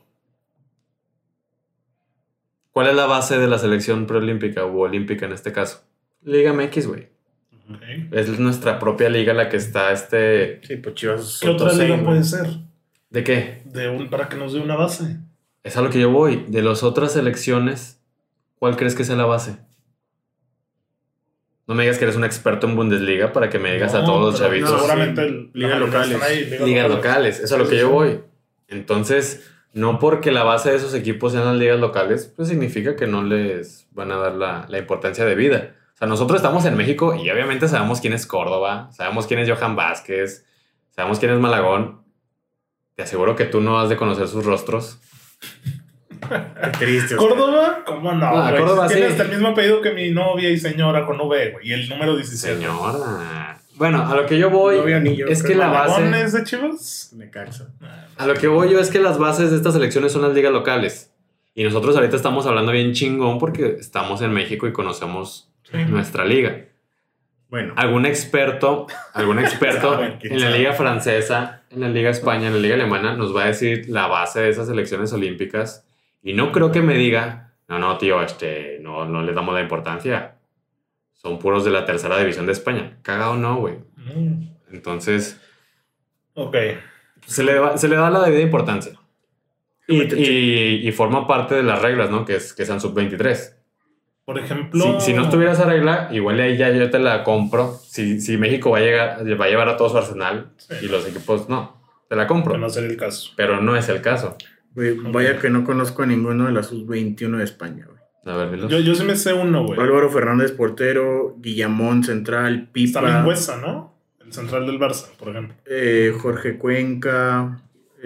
¿Cuál es la base de la selección preolímpica o olímpica en este caso? Liga M X, güey. Ok. Es nuestra propia liga la que está este... Sí, pues Chivas. ¿Qué otra soltó liga seis, puede ¿no? ser? ¿De qué? De un, para que nos dé una base. Es a lo que yo voy. De las otras selecciones, ¿cuál crees que sea la base? No me digas que eres un experto en Bundesliga para que me digas No, a todos los pero chavitos. no, seguramente sí. el- Ligas la mayoría locales. están ahí, Ligas locales, eso es a lo Sí, que sí, yo sí. voy. Entonces, no porque la base de esos equipos sean las ligas locales, pues significa que no les van a dar la, la importancia de vida. O sea, nosotros estamos en México y obviamente sabemos quién es Córdoba, sabemos quién es Johan Vázquez, sabemos quién es Malagón. Te aseguro que tú no has de conocer sus rostros. Qué triste. o sea. ¿Córdova? ¿Cómo no? Ah, güey? Córdoba, Tiene sí. hasta el mismo apellido que mi novia y señora con V, güey. Y el número diecisiete. Señora. Bueno, a lo que yo voy No veo ni yo, es creo. que la ¿Malagón base... es de Chivas? Necaxa. A lo que voy yo es que las bases de estas elecciones son las ligas locales. Y nosotros ahorita estamos hablando bien chingón porque estamos en México y conocemos Sí. nuestra liga. Bueno, Algún experto, algún experto Sabe, quién en la sabe. liga francesa, en la liga España, en la liga alemana, nos va a decir la base de esas elecciones olímpicas. Y no creo que me diga No, no, tío, este, no, no les damos la importancia. Son puros de la tercera división de España. Cagado no, güey. Mm. Entonces, Ok. se le, da- se le da la debida importancia. Y, y, y forma parte de las reglas, ¿no? Que, es, que sean sub veintitrés. Por ejemplo... Si, si no estuviera esa regla, igual ahí ya yo te la compro. Si, si México va a, llegar, va a llevar a todo su arsenal Sí. y los equipos no, te la compro. Que no sería el caso. Pero no es el caso. Güey, vaya que no conozco a ninguno de las sub veintiuno de España, güey. A ver, dilos. Yo, yo sí me sé uno, güey. Álvaro Fernández, portero. Guillamón, central. Está bien Pipa. Huesa, ¿no? El central del Barça, por ejemplo. eh, Jorge Cuenca.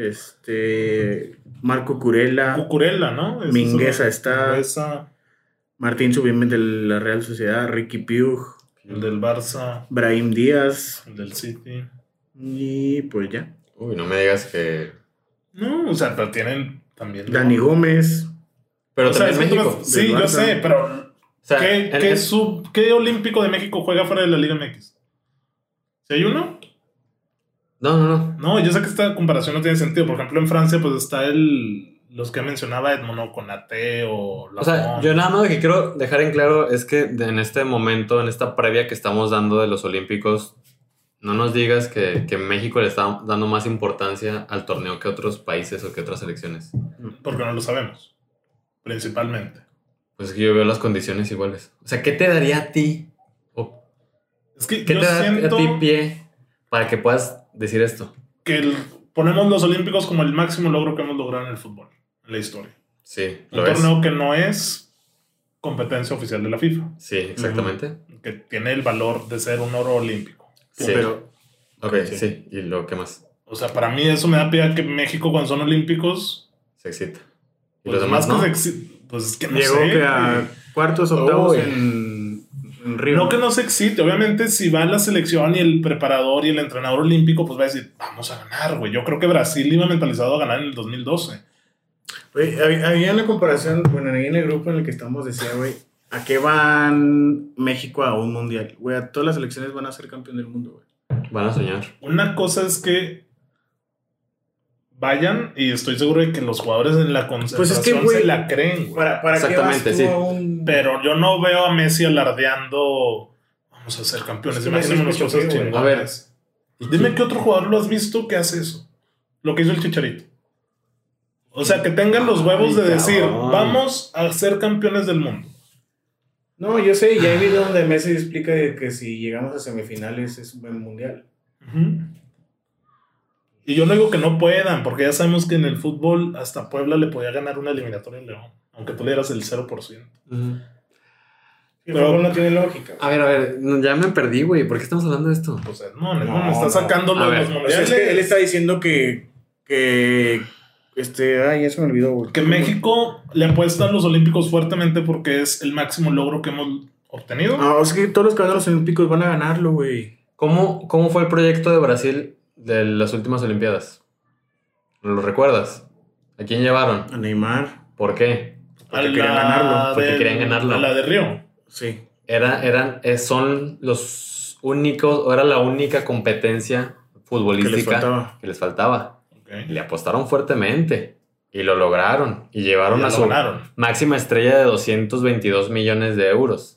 Este. Marco Curela. Cucurella, ¿no? Ese Mingueza es el- está. Mingueza, Martín Subimén de la Real Sociedad. Ricky Piug. el del Barça, Brahim Díaz. el del City. Y pues ya. Uy, no me digas que... No, o sea, pero tienen también... Dani Gómez. Pero O sea, también es que tú México. me- Sí, del yo Barça. sé, pero... O sea, ¿Qué, en- qué en- sub- qué olímpico de México juega fuera de la Liga M X? ¿Si hay uno? No, no, no. No, yo sé que esta comparación no tiene sentido. Por ejemplo, en Francia, pues está el... Los que mencionaba Edmondo Konate o... O sea, Lafont. yo nada más lo que quiero dejar en claro es que de- en este momento, en esta previa que estamos dando de los Olímpicos, no nos digas que, que México le está dando más importancia al torneo que otros países o que otras selecciones. Porque no lo sabemos. Principalmente. Pues es que yo veo las condiciones iguales. O sea, ¿qué te daría a ti? ¿O Es que qué yo te da siento a ti pie para que puedas decir esto? que el- ponemos los Olímpicos como el máximo logro que hemos logrado en el fútbol, en la historia. Sí, Un lo es. torneo que no es competencia oficial de la FIFA, Sí, exactamente. que tiene el valor de ser un oro olímpico. Sí. Pero. Ok, sí. sí. ¿Y lo que más? O sea, para mí eso me da pie a que México cuando son olímpicos, Se excita. ¿Y pues los demás más no? que se exi- pues es que no Llegó sé. que a güey. cuartos, octavos Uy. en, en Río. No que no se excite, obviamente si va la selección y el preparador y el entrenador olímpico, pues va a decir, vamos a ganar, güey. Yo creo que Brasil iba mentalizado a ganar en el dos mil doce. Güey, había, había una comparación, bueno, ahí en el grupo en el que estamos decía, güey, ¿a qué van México a un mundial? Güey, a todas las selecciones van a ser campeón del mundo, güey. Van a soñar. Una cosa es que vayan y estoy seguro de que los jugadores en la concentración Pues es que, güey, se la creen, güey. ¿Para, para Exactamente, qué vas sí. tú a un... Pero yo no veo a Messi alardeando, vamos a ser campeones, Es que Messi imaginémonos es mucho cosas frío, güey. chingonas. A ver. Dime qué otro jugador lo has visto que hace eso. Lo que hizo el Chicharito. O sea, que tengan los huevos de Ay, decir, cabrón. vamos a ser campeones del mundo. No, yo sé, ya hay video donde Messi explica de que si llegamos a semifinales es un buen mundial. Ujú. Y yo no digo que no puedan, porque ya sabemos que en el fútbol hasta Puebla le podía ganar una eliminatoria en León, aunque tú le dieras el cero por ciento. Ujú. El Pero- fútbol no tiene lógica. A ver, a ver, no, ya me perdí, güey. ¿Por qué estamos hablando de esto? O sea, no, no, No, me está no. sacando A lo de ver, los O sea, mundiales. es que él está diciendo que, que este, ay, ya se me olvidó, güey. Que México le apuesta a los Olímpicos fuertemente porque es el máximo logro que hemos obtenido. No, es que todos los que van a los Olímpicos van a ganarlo, güey. ¿Cómo, ¿Cómo fue el proyecto de Brasil de las últimas Olimpiadas? ¿Lo recuerdas? ¿A quién llevaron? A Neymar, ¿Por qué? porque A querían la ganarlo. porque del- querían ganarlo. a la de Río. Sí. Era, eran, eh, son los únicos, o era la única competencia futbolística Que les faltaba. que les faltaba. Ok. Y le apostaron fuertemente. Y lo lograron. Y llevaron Ya a lo su ganaron. máxima estrella de doscientos veintidós millones de euros.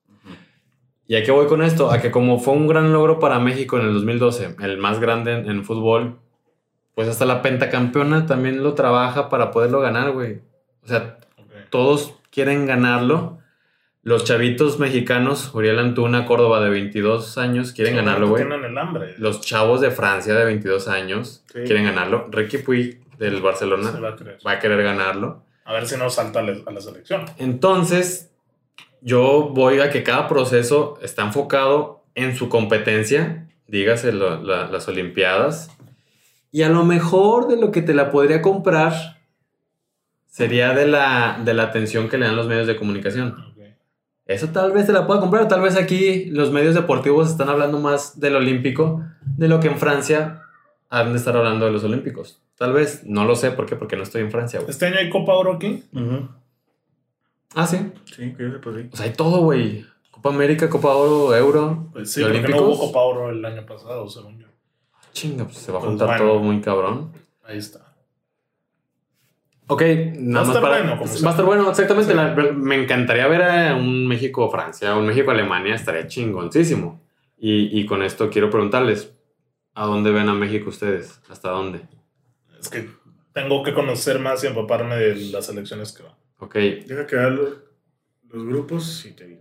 ¿Y a qué voy con esto? A que como fue un gran logro para México en el dos mil doce, el más grande en, en fútbol, pues hasta la pentacampeona también lo trabaja para poderlo ganar, güey. O sea, Ok. todos quieren ganarlo. Los chavitos mexicanos, Uriel Antuna, Córdoba, de veintidós años, quieren Sí, ganarlo, güey. Tienen el hambre. Los chavos de Francia, de veintidós años, Sí. quieren ganarlo. Ricky Puig, del Barcelona, Se va a creer. va a querer ganarlo. A ver si no salta a la a la selección. Entonces, yo voy a que cada proceso está enfocado en su competencia, dígase lo- la- las Olimpiadas, y a lo mejor de lo que te la podría comprar sería de la, de la atención que le dan los medios de comunicación. Ok. Eso tal vez te la pueda comprar, tal vez aquí los medios deportivos están hablando más del olímpico de lo que en Francia han de estar hablando de los olímpicos. Tal vez, no lo sé, ¿por qué? Porque no estoy en Francia, güey. ¿Este año hay Copa Oro aquí? Ujú. Ah, sí. Sí, que yo sepa, sí. O sea, hay todo, güey. Copa América, Copa Oro, Euro. Pues sí, ¿y porque olímpicos? no hubo Copa Oro el año pasado, según yo. Chinga, pues se va a Pues juntar bueno. todo muy cabrón. Ahí está. Ok, nada Va a más estar para. bueno, como va sea. a estar bueno, exactamente. Sí. La- me encantaría ver a un México-Francia, un México-Alemania, estaría chingoncísimo. Y, y con esto quiero preguntarles: ¿a dónde ven a México ustedes? ¿Hasta dónde? Es que tengo que conocer más y empaparme de las elecciones que van. Ok. Deja que vean los, los grupos y te digo.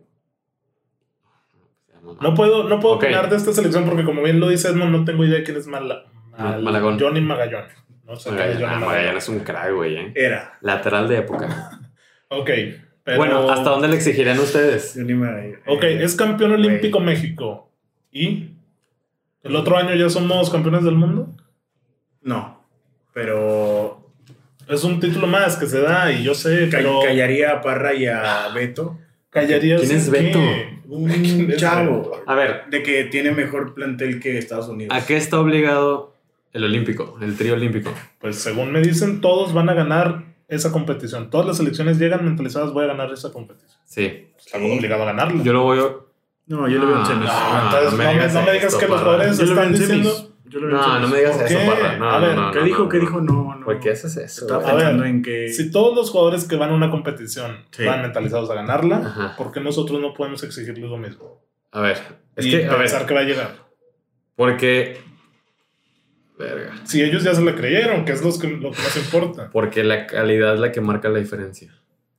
No puedo, no puedo Ok. opinar de esta selección porque, como bien lo dice Edmond, no tengo idea de quién es Mala, Mal- Malagón. Johnny Magallón. No sé quién es Magallanes, Johnny ah, Magallón. Magallanes es un crack, güey, ¿eh? Era. Lateral de época. Ok, pero... Bueno, ¿hasta dónde le exigirían ustedes? Yo ni me- Ok, eh, es campeón olímpico güey. México. ¿Y el otro año ya somos campeones del mundo? No, pero Es un título más que se da y yo sé, ca- pero... callaría a Parra y a Beto. ¿Callarías ¿Quién es en Beto? qué? Un ¿Quién es chavo. A ver, De que tiene mejor plantel que Estados Unidos. ¿a qué está obligado el olímpico, el trío olímpico? Pues según me dicen, todos van a ganar esa competición. Todas las selecciones llegan mentalizadas, voy a ganar esa competición. Sí. Estamos obligados a ganarla. Yo lo voy a... No, yo lo veo en semis. No, No, entonces no me no, me, digas no me digas esto, que los Parra. jugadores Yo lo veo están en semis. diciendo... Yo lo veo en No, semis. no me digas ¿Por eso, qué? Parra. No, A ver, no, no, ¿Qué no, dijo? no, ¿Qué no. dijo? No, no. ¿Por qué haces eso? Estaba güey? A ver, pensando en que... Si todos los jugadores que van a una competición Sí. van mentalizados a ganarla, Ajá. ¿por qué nosotros no podemos exigirles lo mismo? A ver, es y que, a pensar ver, que va a llegar. porque... Verga. Si ellos ya se la creyeron, que es los que, lo que más importa. Porque la calidad es la que marca la diferencia.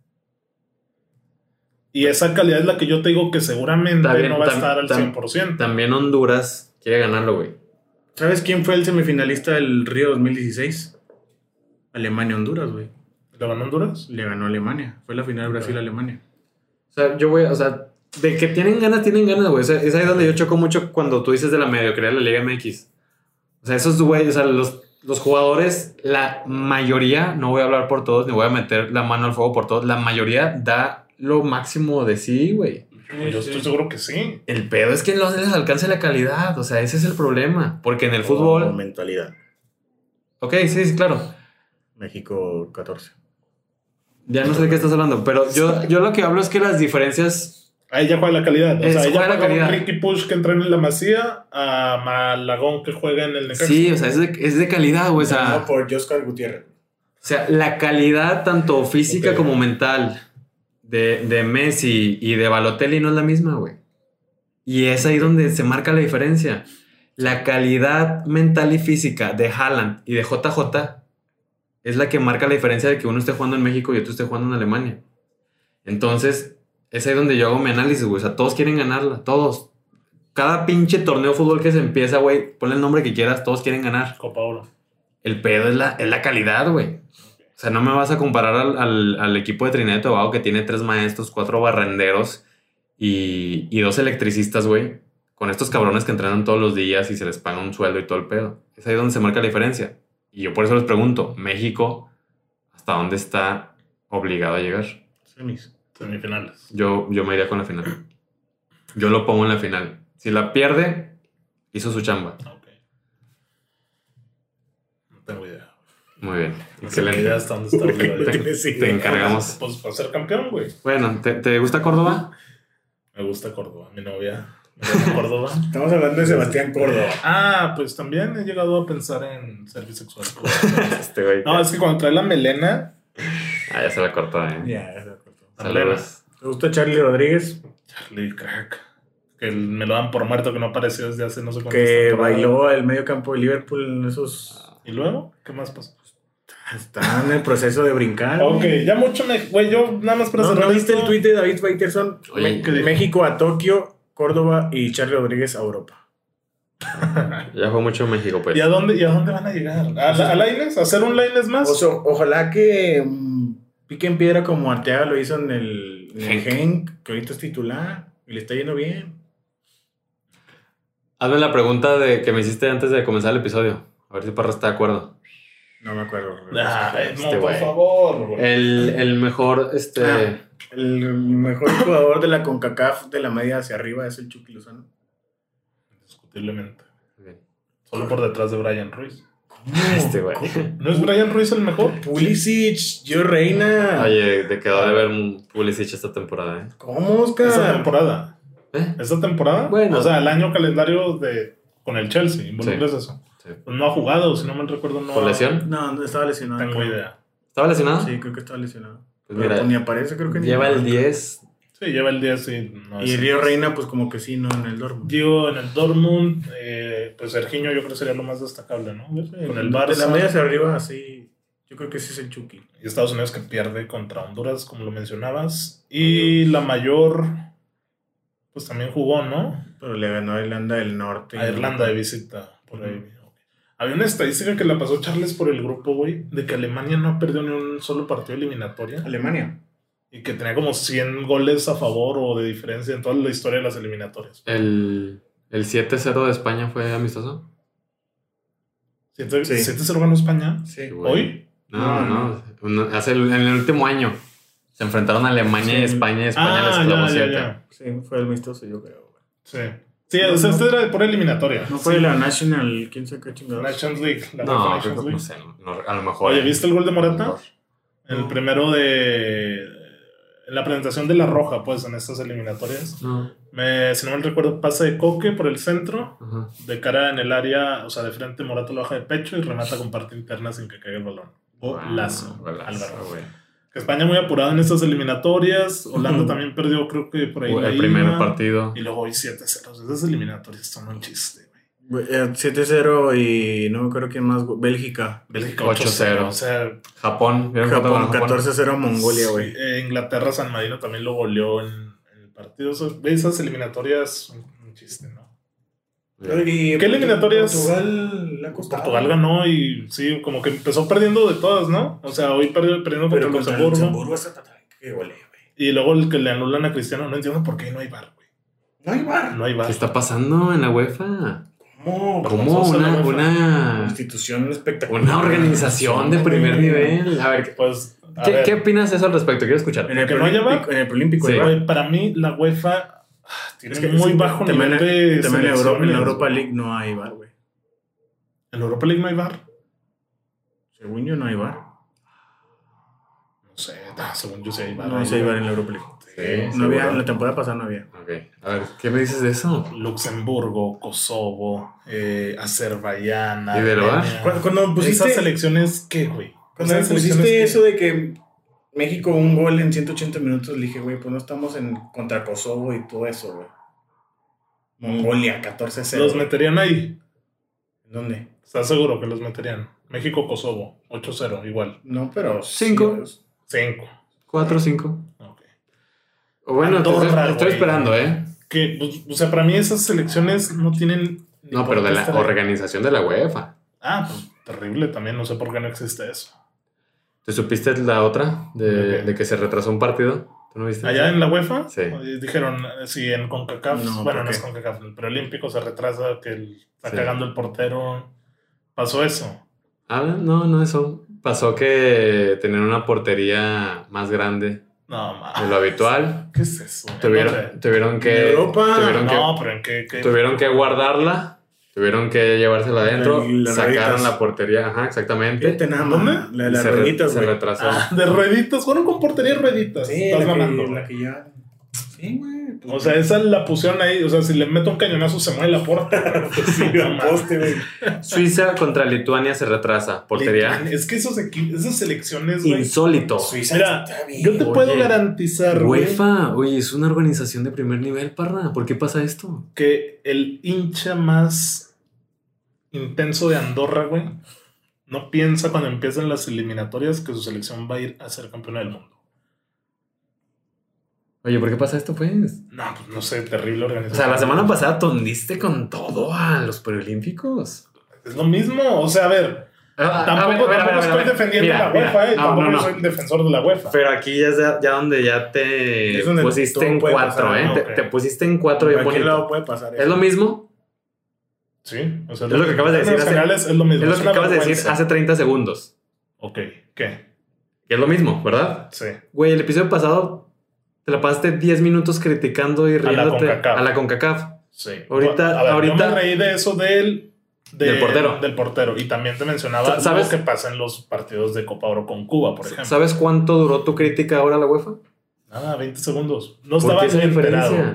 Y esa calidad es la que yo te digo que seguramente Está bien, no va a tam- estar al tam- cien por ciento. También Honduras quiere ganarlo, güey. ¿Sabes quién fue el semifinalista del Río dos mil dieciséis? Alemania-Honduras, güey. ¿Le ganó Honduras? Le ganó Alemania. Fue la final Brasil-Alemania. O sea, yo voy, o sea, de que tienen ganas, tienen ganas, güey. O sea, es ahí donde yo choco mucho cuando tú dices de la mediocridad de la Liga M X. O sea, esos güeyes, o sea, los, los jugadores, la mayoría, no voy a hablar por todos, ni voy a meter la mano al fuego por todos, la mayoría da lo máximo de sí, güey. Yo estoy seguro que sí. El pedo es que no les alcance la calidad, o sea, ese es el problema. Porque en el O fútbol... mentalidad. Ok, sí, sí, claro. México catorce. Ya no sé de qué estás hablando, pero yo, yo lo que hablo es que las diferencias... Ahí ya juega la calidad. O Es- sea, ahí ya juega la juega un calidad. Ricky Push que entrena en la Masía a Malagón que juega en el Necaxa. Sí, o sea, es de, es de calidad, güey. O sea, No, por Oscar Gutiérrez. o sea, la calidad tanto física Ok. como mental de, de Messi y de Balotelli no es la misma, güey. Y es ahí donde se marca la diferencia. La calidad mental y física de Haaland y de J J es la que marca la diferencia de que uno esté jugando en México y otro esté jugando en Alemania. Entonces, es ahí donde yo hago mi análisis, güey. O sea, todos quieren ganarla, todos. Cada pinche torneo de fútbol que se empieza, güey, ponle el nombre que quieras, todos quieren ganar. Copa Oro. El pedo es la, es la calidad, güey. O sea, no me vas a comparar al, al, al equipo de Trinidad y Tobago que tiene tres maestros, cuatro barrenderos y, y dos electricistas, güey. Con estos cabrones que entrenan todos los días y se les paga un sueldo y todo el pedo. Es ahí donde se marca la diferencia. Y yo por eso les pregunto, México, ¿hasta dónde está obligado a llegar? Semis. Semifinales. Yo, yo me iría con la final. Yo lo pongo en la final. Si la pierde, hizo su chamba. Ok. No tengo idea. Muy bien. No tengo idea Excelente. hasta dónde está obligado. Te, Tienes idea. te encargamos. Pues para ser campeón, güey. Bueno, ¿te, te gusta Córdoba? Me gusta Córdoba, mi novia. Me gusta Córdoba. Estamos hablando de Sebastián Córdoba. Ah, pues también he llegado a pensar en ser bisexual. Este güey. No, es que cuando trae la melena, Ah, ya se la cortó, eh. Ya, ya se acuerdo. Saludos. ¿Te gusta Charlie Rodríguez? Charlie, crack. Que me lo dan por muerto, que no apareció desde hace no sé cuánto. Que bailó el medio campo de Liverpool en esos... ¿Y luego? ¿Qué más pasó? Está en el proceso de brincar. Ok, ya mucho me... Güey, yo nada más para ¿No, cerrar ¿no viste esto- el tweet de David Peterson? Oye, ¿qué dijo? México a Tokio, Córdoba y Charlie Rodríguez a Europa. Ya fue mucho México, pues. ¿Y a dónde, y a dónde van a llegar? ¿A, la- a Lainez? ¿A hacer un Lainez más? O sea, ojalá que mm, piquen piedra como Arteaga lo hizo en el, en el Genk. Genk, que ahorita es titular y le está yendo bien. Hazme la pregunta de que me hiciste antes de comenzar el episodio. A ver si Parra está de acuerdo. No me acuerdo. Ah, no, Este por güey. favor. güey. El, el mejor, este... Ah. El mejor jugador de la CONCACAF de la media hacia arriba es el Chucky Lozano. Indiscutiblemente. Bien. Solo por detrás de Brian Ruiz. Este güey. ¿No es Brian Ruiz el mejor? Pulisic, Gio Reina. Oye, te quedó de ver un Pulisic esta temporada, ¿eh? ¿Cómo, Esta Oscar? temporada. ¿Eh? ¿Esta temporada? Bueno. O sea, el año calendario de con el Chelsea. ¿Involucras eso? Sí. Pues no ha jugado, si no me recuerdo. No ¿Por ha- lesión? No, no estaba lesionado. Tengo idea. ¿Estaba lesionado? Sí, creo que estaba lesionado. Pues Pero mira, ni aparece, creo que ni lleva el diez. Sí, lleva el diez y no Y es- Río Reina, pues como que sí, no en el Dortmund. Digo, en el Dortmund, eh, pues Serginho yo creo que sería lo más destacable, ¿no? Con el De la Barça media hacia arriba, así. Yo creo que sí es el Chucky. y Estados Unidos que pierde contra Honduras, como lo mencionabas. Y la mayor, pues también jugó, ¿no? Pero le ganó a Irlanda del Norte. A Irlanda de visita, por ahí. Había una estadística que la pasó Charles por el grupo, güey, de que Alemania no perdió ni un solo partido eliminatoria. Alemania. Y que tenía como cien goles a favor o de diferencia en toda la historia de las eliminatorias. El, el siete cero de España fue amistoso. ¿siete Sí. cero ganó España? Sí. Güey. ¿Hoy? No, no. no. Hace el- en el último año se enfrentaron a Alemania Sí. y España. Y España Ah, les clavó ya, ya, siete. ya. Sí, fue el amistoso, yo creo. güey. Sí. Sí, o sea, este era por eliminatoria. No fue Sí. la National, quién sabe qué chingados. Nations League. La No, UEFA creo Nations que- League. no sé. no- a lo mejor. Oye, ¿viste el gol de Morata? No. El primero de... En la presentación de la Roja, pues, en estas eliminatorias. No. Me, si no me recuerdo, pasa de Coque por el centro. Ajá. De cara en el área, o sea, de frente Morata lo baja de pecho y remata con parte interna sin que caiga el balón. Golazo. Golazo, Álvaro. güey. Que España muy apurada en estas eliminatorias. Holanda también perdió, creo que por ahí. la El primer ida. partido. Y luego hoy siete cero. Esas eliminatorias son un chiste, güey. Güey, eh, siete cero y no me acuerdo quién más. güey. Bélgica. Bélgica ocho cero. O sea, Japón. ¿Vieron cuánto Japón ganó Japón? catorce cero a Mongolia, güey. eh, Inglaterra, San Marino también lo goleó en, en el partido. O sea, esas eliminatorias son un chiste, ¿no? ¿Qué eliminatorias? Portugal, la costado. Portugal ganó y sí, como que empezó perdiendo de todas, ¿no? O sea, hoy perdió, perdiendo contra Pero el contra el Luxemburgo. Luxemburgo esa que golea, güey. Y luego el que le anulan a Cristiano, no entiendo por qué no hay V A R, güey. No hay bar. No hay V A ¿Qué R. está pasando en la UEFA? ¿Cómo? Pues ¿Cómo nosotros una, en la UEFA. Una una, institución espectacular. una organización de primer nivel? A ver, Pues, a ¿qué, ver, ¿qué opinas de eso al respecto? Quiero escuchar. En el ¿Que no haya preolímpico. bar? En el preolímpico. Sí. hay bar. güey, para mí la UEFA ah, tiene Es que muy sí, bajo también, nivel de también en Europa, en la selecciones, Europa güey. League no hay bar, güey. En Europa League no hay V A R. Según yo no hay bar. No sé, ah, según yo sí hay V A R. No, sí hay bar en la Europa League. Sí, No había, seguro. en la temporada pasada no había. Ok. A ver, ¿qué me dices de eso? Luxemburgo, Kosovo, eh, Azerbaiyán, ¿Y del V A R? Armenia. Cuando, cuando pusiste, Esas selecciones, ¿qué, güey? cuando Esas pusiste selecciones que- eso de que México un gol en ciento ochenta minutos, le dije, güey, pues no estamos en contra Kosovo y todo eso, güey. Mongolia, catorce cero. Los meterían ahí. ¿Dónde? ¿Estás seguro que los meterían? México, Kosovo, ocho cero, igual. No, pero... Cinco. sí, cinco. Cuatro o cinco. Ok. O bueno, Andorra, estoy, estoy güey. esperando, ¿eh? Que, pues, o sea, para mí esas selecciones no tienen... ni No, por pero qué de la estar ahí. organización de la UEFA. Ah, pues terrible también. No sé por qué no existe eso. ¿Te supiste la otra? De, Ok. de que se retrasó un partido. ¿Tú no viste? Allá en la UEFA, Sí. eh, dijeron, eh, sí, en CONCACAF, No, bueno, ¿por no es qué? CONCACAF, el preolímpico se retrasa, que el- está Sí. cagando el portero. Pasó eso. Ah, no, no eso. Pasó que tenían una portería más grande No, ma. de lo habitual. ¿Qué es eso? ¿En Tuvieron, dónde? tuvieron que... ¿En Europa? Tuvieron No, que, pero ¿en qué? qué? tuvieron que guardarla. Tuvieron que llevársela adentro. Y las Sacaron rueditas. la portería. Ajá, exactamente. Fíjate nada ¿Dónde? más. La de Y las se, re- rueditas, se güey. retrasó. Ah, de rueditas, fueron con portería de rueditas. Sí, Estás la mamando. que, la que ya... Sí, güey. pues, O sea, esa la pusieron ahí. O sea, si le meto un cañonazo se mueve la puerta. Pues sí, no al mames. poste, güey. Suiza contra Lituania se retrasa. Portería. Es que esos equi- esas selecciones, güey. Insólito. Suiza Mira, está bien. yo te Oye, puedo garantizar, güey, UEFA, oye, es una organización de primer nivel, parra. ¿Por qué pasa esto? que el hincha más intenso de Andorra, güey, no piensa cuando empiezan las eliminatorias que su selección va a ir a ser campeona del mundo. Oye, ¿por qué pasa esto, pues? No, pues no sé, terrible O organización. sea, la semana pasada tondiste con todo a los preolímpicos. Es lo mismo, o sea, a ver, Ah, tampoco, a ver, a ver, a ver, tampoco a ver, estoy a ver. defendiendo Mira, la mira, UEFA, eh, no, tampoco no, no. soy el defensor de la UEFA. Pero aquí ya es ya, ya donde ya te Es donde pusiste todo en puede cuatro, pasar, ¿eh? ¿no? Te, Ok. te pusiste en cuatro bien ¿A qué lado bonito. puede pasar eso? ¿Es lo mismo? Sí, o sea, Es lo que acabas de en decir los hace- generales es lo mismo. Es lo es que una acabas de decir vergüenza. hace treinta segundos. Ok, ¿qué? Que es lo mismo, ¿verdad? Sí. Güey, el episodio pasado te la pasaste diez minutos criticando y la riéndote CONCACAF. a la CONCACAF. Sí. Ahorita- A ver, ahorita- yo me reí de eso del, de- Del portero. Del portero. Y también te mencionaba Sa- ¿sabes? lo que pasa en los partidos de Copa Oro con Cuba, por ejemplo. ¿Sabes cuánto duró tu crítica ahora a la UEFA? Nada, veinte segundos. No ¿Por estaba qué esa ni enterado. diferencia?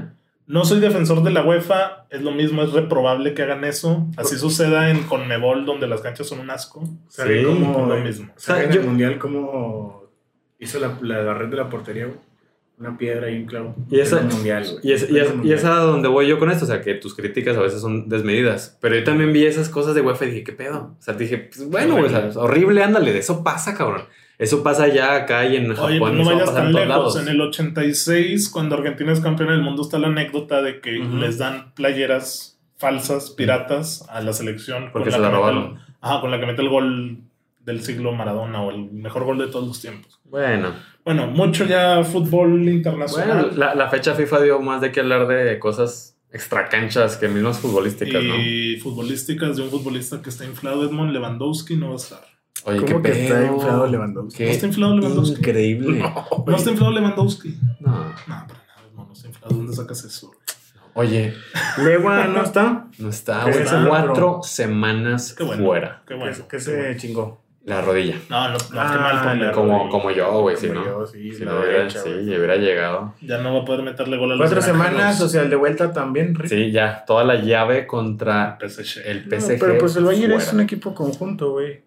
No soy defensor de la UEFA, es lo mismo, es reprobable que hagan eso. Así suceda en Conmebol, donde las canchas son un asco. Se ve como lo mismo. O sea, en yo- el Mundial como hizo la, la, la red de la portería, güey. Una piedra y un clavo. Y esa, En el Mundial, güey. y, es, y, es, y es a donde voy yo con esto, o sea, que tus críticas a veces son desmedidas. Pero yo también vi esas cosas de UEFA y dije, ¿qué pedo? O sea, dije, pues, bueno, güey, o sea, horrible, ándale, de eso pasa, cabrón. Eso pasa ya acá y en Japón. Oye, pues no eso va a vayas pasar tan en todos lejos. lados. En el ochenta y seis, cuando Argentina es campeona del mundo, está la anécdota de que Ujú. les dan playeras falsas, piratas, a la selección. Porque con se la que mete el- robaron. Ajá, con la que mete el gol del siglo Maradona o el mejor gol de todos los tiempos. Bueno, Bueno, mucho ya fútbol internacional. bueno la, la fecha FIFA dio más de que hablar de cosas extracanchas que mismas futbolísticas, ¿no? Y futbolísticas de un futbolista que está inflado, Edmond Lewandowski, no va a estar. Oye, ¿Cómo qué que está pedo. inflado Lewandowski? Qué ¿No está inflado Lewandowski? increíble. No, No está inflado Lewandowski. No. No, para nada, Edmond, no está inflado. ¿Dónde sacas eso? Oye, Legua no está. no está, ¿Qué güey. está? Cuatro semanas Qué bueno. fuera. Qué bueno. ¿Qué, qué se chingó? La rodilla. No, no, no, qué Ah, mal por la Leo. Como, rodilla. como yo, güey, si Como no. yo, sí, Si la no hubiera, derecha, sí, güey. ya hubiera llegado. Ya no va a poder meterle gol a los Cuatro granjeros. semanas, o sea, el de vuelta también. Rick. Sí, ya, toda la llave contra P S G. el No, P S G. pero pues el Bayern es fuera. un equipo conjunto, güey.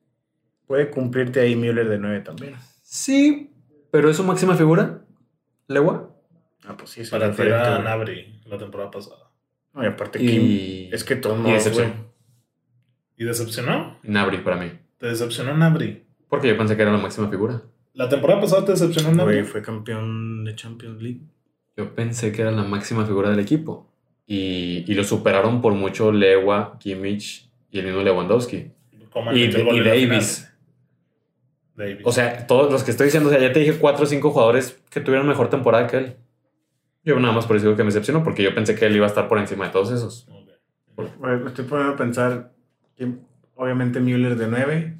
Puede cumplirte ahí Müller de nueve también. Sí, pero es su máxima figura, Legua. Ah, pues sí, es Para diferente, tirar a güey. Nabri la temporada pasada. No, y aparte, Y- Kim, es que todos y modos, decepción. güey. ¿Y decepcionó? Nabri para mí. ¿Te decepcionó Nabri? Porque yo pensé que era la máxima figura. ¿La temporada pasada te decepcionó Nabri? Güey, fue campeón de Champions League. Yo pensé que era la máxima figura del equipo. Y, y lo superaron por mucho Legua, Kimmich y el mismo Lewandowski. Coman Y, metió el gol y en la Davis. final. Davis. O sea, todos los que estoy diciendo, o sea, ya te dije cuatro o cinco jugadores que tuvieron mejor temporada que él. Yo nada más por eso digo que me decepcionó, porque yo pensé que él iba a estar por encima de todos esos. Ok. Güey, me estoy poniendo a pensar que obviamente Müller de nueve,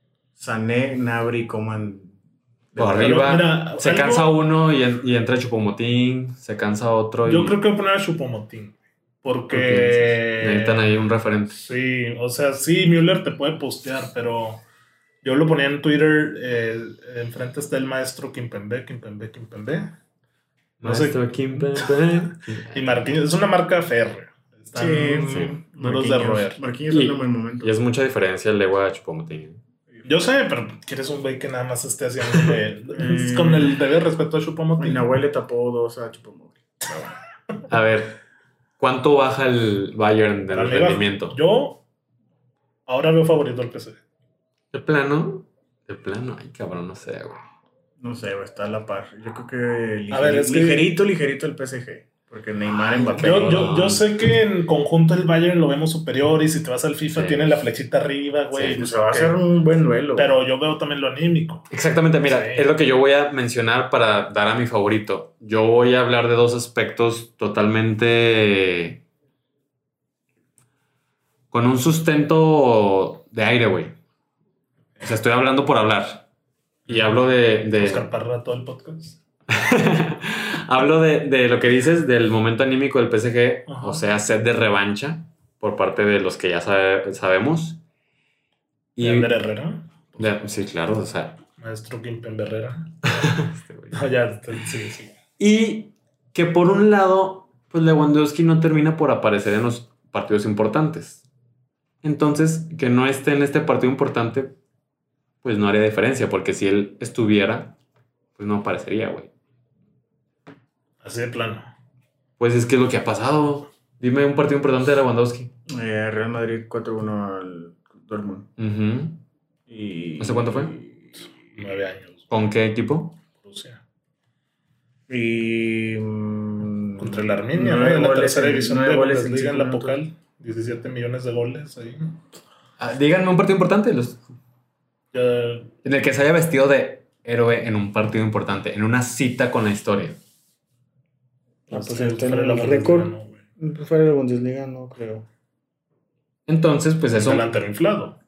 Sané, Gnabry, Coman de Por nueve. arriba, mira, se algo- cansa uno y, en- y entra Chupomotín, se cansa otro. Yo y creo que voy a poner a Choupo-Moting. ¿Qué Porque... necesitan ahí un referente. Sí, o sea, sí, Müller te puede postear, pero yo lo ponía en Twitter, eh, enfrente está el maestro Kimpembe, Kimpembe, Kimpembe. No sé. Maestro Kimpembe. Y Marquinhos, es una marca férrea. Están Sí, sí. duros de Marquinhos. roer. Marquinhos Y- en un buen momento. Y es mucha diferencia el Legua a Chupomotín. Yo sé, pero quieres un güey que nada más esté haciendo de- es con el deber respeto a Mi Choupo-Moting. Nahuel le tapó dos a Choupo-Moting. A ver, ¿cuánto baja el Bayern Para del mí va- rendimiento? Yo ahora veo favorito al P S G. ¿De plano? De plano, ay cabrón, no sé, güey. No sé, güey, está a la par. Yo creo que, ligeri- A ver, es que- ligerito, ligerito el P S G. Porque Neymar, Mbappé. Yo, yo, yo sé que en conjunto el Bayern lo vemos superior y si te vas al FIFA Sí. tiene la flechita arriba, güey. Sí, no se sé va a qué. hacer un buen duelo. güey. Pero yo veo también lo anímico. Exactamente, mira, Sí. es lo que yo voy a mencionar para dar a mi favorito. Yo voy a hablar de dos aspectos totalmente con un sustento de aire, güey. O sea, estoy hablando por hablar. Y hablo de... de- Oscar Parra todo el podcast. hablo de, de lo que dices del momento anímico del P S G, Ajá. o sea, sed de revancha por parte de los que ya sabe- sabemos. Y Y, Ander Herrera, de- sí, claro, o sea... maestro Kimpembe Herrera. este güey. No, ya, sí, sí. Y que por un lado, pues Lewandowski no termina por aparecer en los partidos importantes. Entonces, que no esté en este partido importante, pues no haría diferencia, porque si él estuviera, pues no aparecería, güey. Así de plano. Pues es que es lo que ha pasado. Dime un partido importante de Lewandowski. Eh, Real Madrid cuatro uno al Dortmund. Ujú. Y, ¿Hace cuánto fue? Nueve años. ¿Con qué equipo? Rusia. Y. mm, Contra el Arminia, ¿no? nueve En la goles tercera en- división nueve de goles en Bundesliga en cinco la minutos. Pocal. diecisiete millones de goles ahí. Ah, díganme un partido importante. Los, Ya, en el que se haya vestido de héroe en un partido importante, en una cita con la historia. Ah, pues sí, el fuera de la récord. Bundesliga, no, güey. Fuera de la Bundesliga, no creo. Entonces, pues eso... El delantero inflado.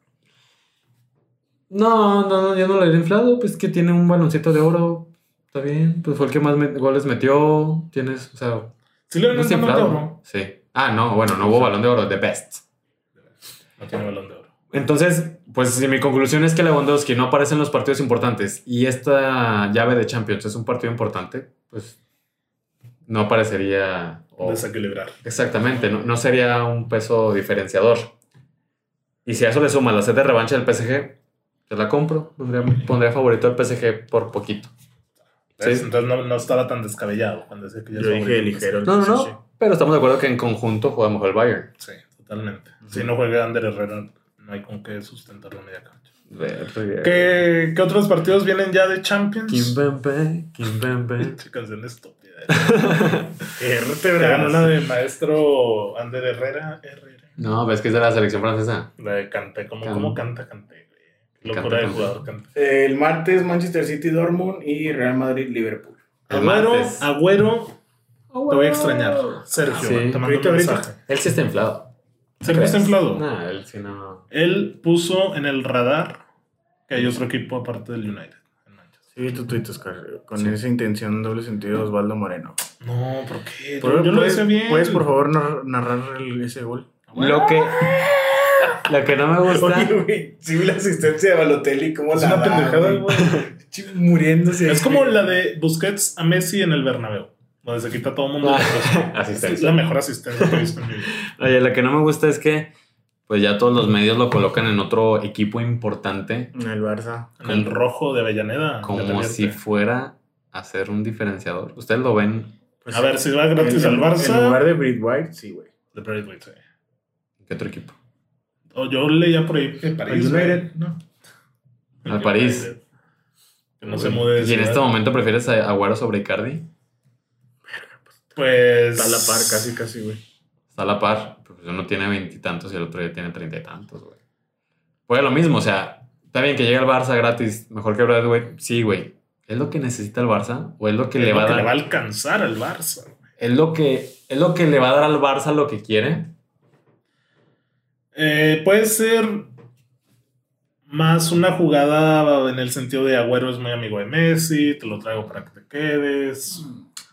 No, no, no, yo no lo he inflado, pues que tiene un baloncito de oro, está bien, pues fue el que más me- goles metió, tienes, o sea, Sí le dan no el está balón de inflado. oro. Sí. Ah, no, bueno, no hubo balón de oro, the best. No tiene balón de oro. Entonces, pues si mi conclusión es que Lewandowski no aparece en los partidos importantes y esta llave de Champions es un partido importante, pues no parecería... o- Desequilibrar. exactamente, no, no sería un peso diferenciador. Y si a eso le suma la sed de revancha del P S G, te la compro. Pondría, pondría favorito al P S G por poquito. ¿Ves? Sí. Entonces no, no estaba tan descabellado cuando decía que ya es Yo dije favorito. ligero. No, no, Sí, sí. no. Pero estamos de acuerdo que en conjunto juega mejor el Bayern. Sí, totalmente. Si no juega Ander Herrera, no hay con qué sustentar la media cancha. Verga. ¿Qué, ¿Qué otros partidos vienen ya de Champions? Kimpembe, Kimpembe. Qué canción estúpida. R T Te ganó la de maestro Ander Herrera. Herrera. No, ves que es de la selección francesa. La de Kanté. ¿Cómo, Can- ¿Cómo canta Kanté? Qué Canta locura de Kanté. jugador Kanté. El martes Manchester City Dortmund y Real Madrid Liverpool. El Agüero, martes. Agüero, te voy a extrañar. Sergio, Sí. te mando Ahorita, un ahorita. mensaje. Él sí está inflado. Sergio está inflado. No, él sí no. Él puso en el radar que hay otro equipo aparte del United. En Manchester. Sí, tu tweet, Oscar. Con Sí. esa intención doble sentido, Osvaldo Moreno. No, ¿por qué? Yo, ¿Puedes, yo lo decía bien. ¿Puedes, por favor, nar- narrar el- ese gol? Lo que, lo que no me gusta. Oye, güey, sí vi la asistencia de Balotelli, cómo Es la una da, pendejada, güey. Ch- Muriéndose. Es como la de Busquets a Messi en el Bernabéu, donde se quita todo el mundo. Es Asistencia. la mejor asistencia que he visto en mi vida. Oye, lo que no me gusta es que pues ya todos los medios lo colocan en otro equipo importante En el Barça. En el rojo de Avellaneda. como Independiente. si fuera a ser un diferenciador. ¿Ustedes lo ven? Pues, A ver, si va gratis en, al Barça. En lugar de Brit White, sí, güey. De Braithwaite, sí. ¿En qué otro equipo? O yo leía por ahí que París. El United, güey. ¿no? El Al París. United. Que no se mude de ¿Y en ciudad. este momento prefieres a Agüero sobre Icardi? Pues. Está a la par, casi, casi, güey. Está a la par. Pues uno tiene veintitantos y el otro ya tiene treinta y tantos, güey. Pues lo mismo, o sea, está bien que llegue al Barça gratis, mejor que Braithwaite. Sí, güey. ¿Es lo que necesita el Barça? ¿O es lo que Es le va lo a que dar? le va a alcanzar al Barça. güey. ¿Es lo que, es lo que le va a dar al Barça lo que quiere? Eh, puede ser más una jugada en el sentido de Agüero es muy amigo de Messi, te lo traigo para que te quedes.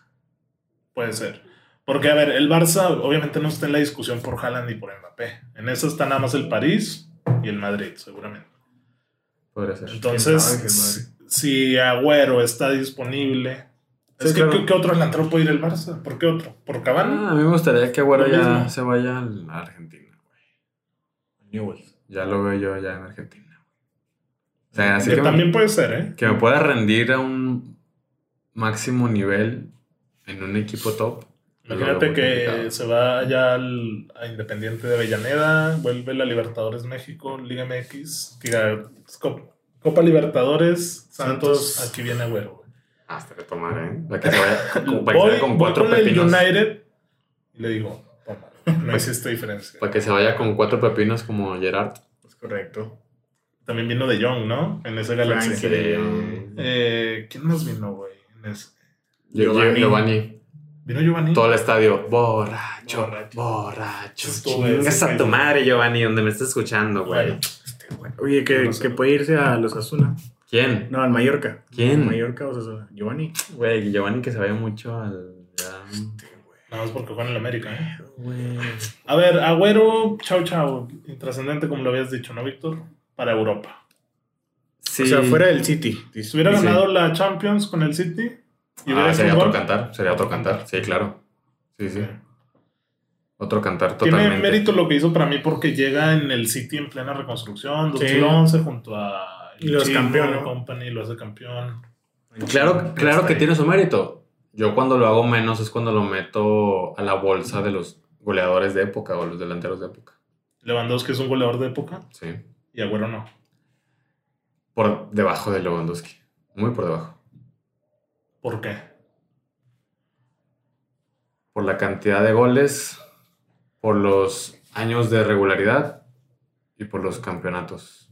Puede ser. Porque, a ver, el Barça obviamente no está en la discusión por Haaland y por Mbappé. En eso está nada más el París y el Madrid, seguramente. Podría ser. Entonces, ¿Quién sabe qué si, si Agüero está disponible... Sí, es que, claro. ¿qué, qué otro delantero puede ir el Barça? ¿Por qué otro? ¿Por Cavani? Ah, a mí me gustaría que Agüero Lo ya mismo. se vaya a la Argentina, güey. Newell's. Ya lo veo yo ya en Argentina. O sea, así que que, también me, puede ser, ¿eh? que me pueda rendir a un máximo nivel en un equipo top. Lo veo Imagínate muy que complicado. se va allá al, a Independiente de Avellaneda, vuelve la Libertadores México, Liga M X, tira Copa, Copa Libertadores, Santos, Santos. aquí viene Agüero. güey. Hasta que tomar, ¿eh? Para que se vaya con, para que se Voy, vaya con voy cuatro con el pepinos. United y le digo, toma, no existe diferencia. Para que se vaya con cuatro pepinos como Gerard. Es correcto. También vino De Jong, ¿no? En ese Galaxy. Frankie de Jong. Eh, ¿Quién más vino, güey? En ese- Giovanni. Giovanni. Giovanni. ¿Vino Giovanni? Todo el estadio. Borracho. Borracho. Borracho. Estuvo Chingas ese, a tu güey. madre, Giovanni, donde me estás escuchando, güey. Bueno, Este, güey. Oye, que, No sé. que puede irse a los Asuna. ¿Quién? No, al Mallorca. ¿Quién? Mallorca o Osasuna. Giovanni. Güey, Giovanni que se vaya mucho al... ya. nada más porque juega en el América, ¿eh? Güey. A ver, Agüero, chao, chao. Intrascendente, como lo habías dicho, ¿no, Víctor? Para Europa. Sí. O sea, fuera del City. Si hubiera Sí. ganado la Champions con el City y Ah, hubiera sería fútbol, otro cantar. Sería otro cantar. Sí, claro. Sí, sí. Otro cantar Tiene totalmente. mérito lo que hizo para mí porque llega en el City en plena reconstrucción, dos mil Sí. once junto a Y los Ichimo, campeón, ¿no? Company, lo hace campeón. Claro, claro que tiene su mérito. Yo cuando lo hago menos es cuando lo meto a la bolsa de los goleadores de época o los delanteros de época. Lewandowski es un goleador de época Sí. y Agüero no. Por debajo de Lewandowski. Muy por debajo. ¿Por qué? Por la cantidad de goles, por los años de regularidad y por los campeonatos.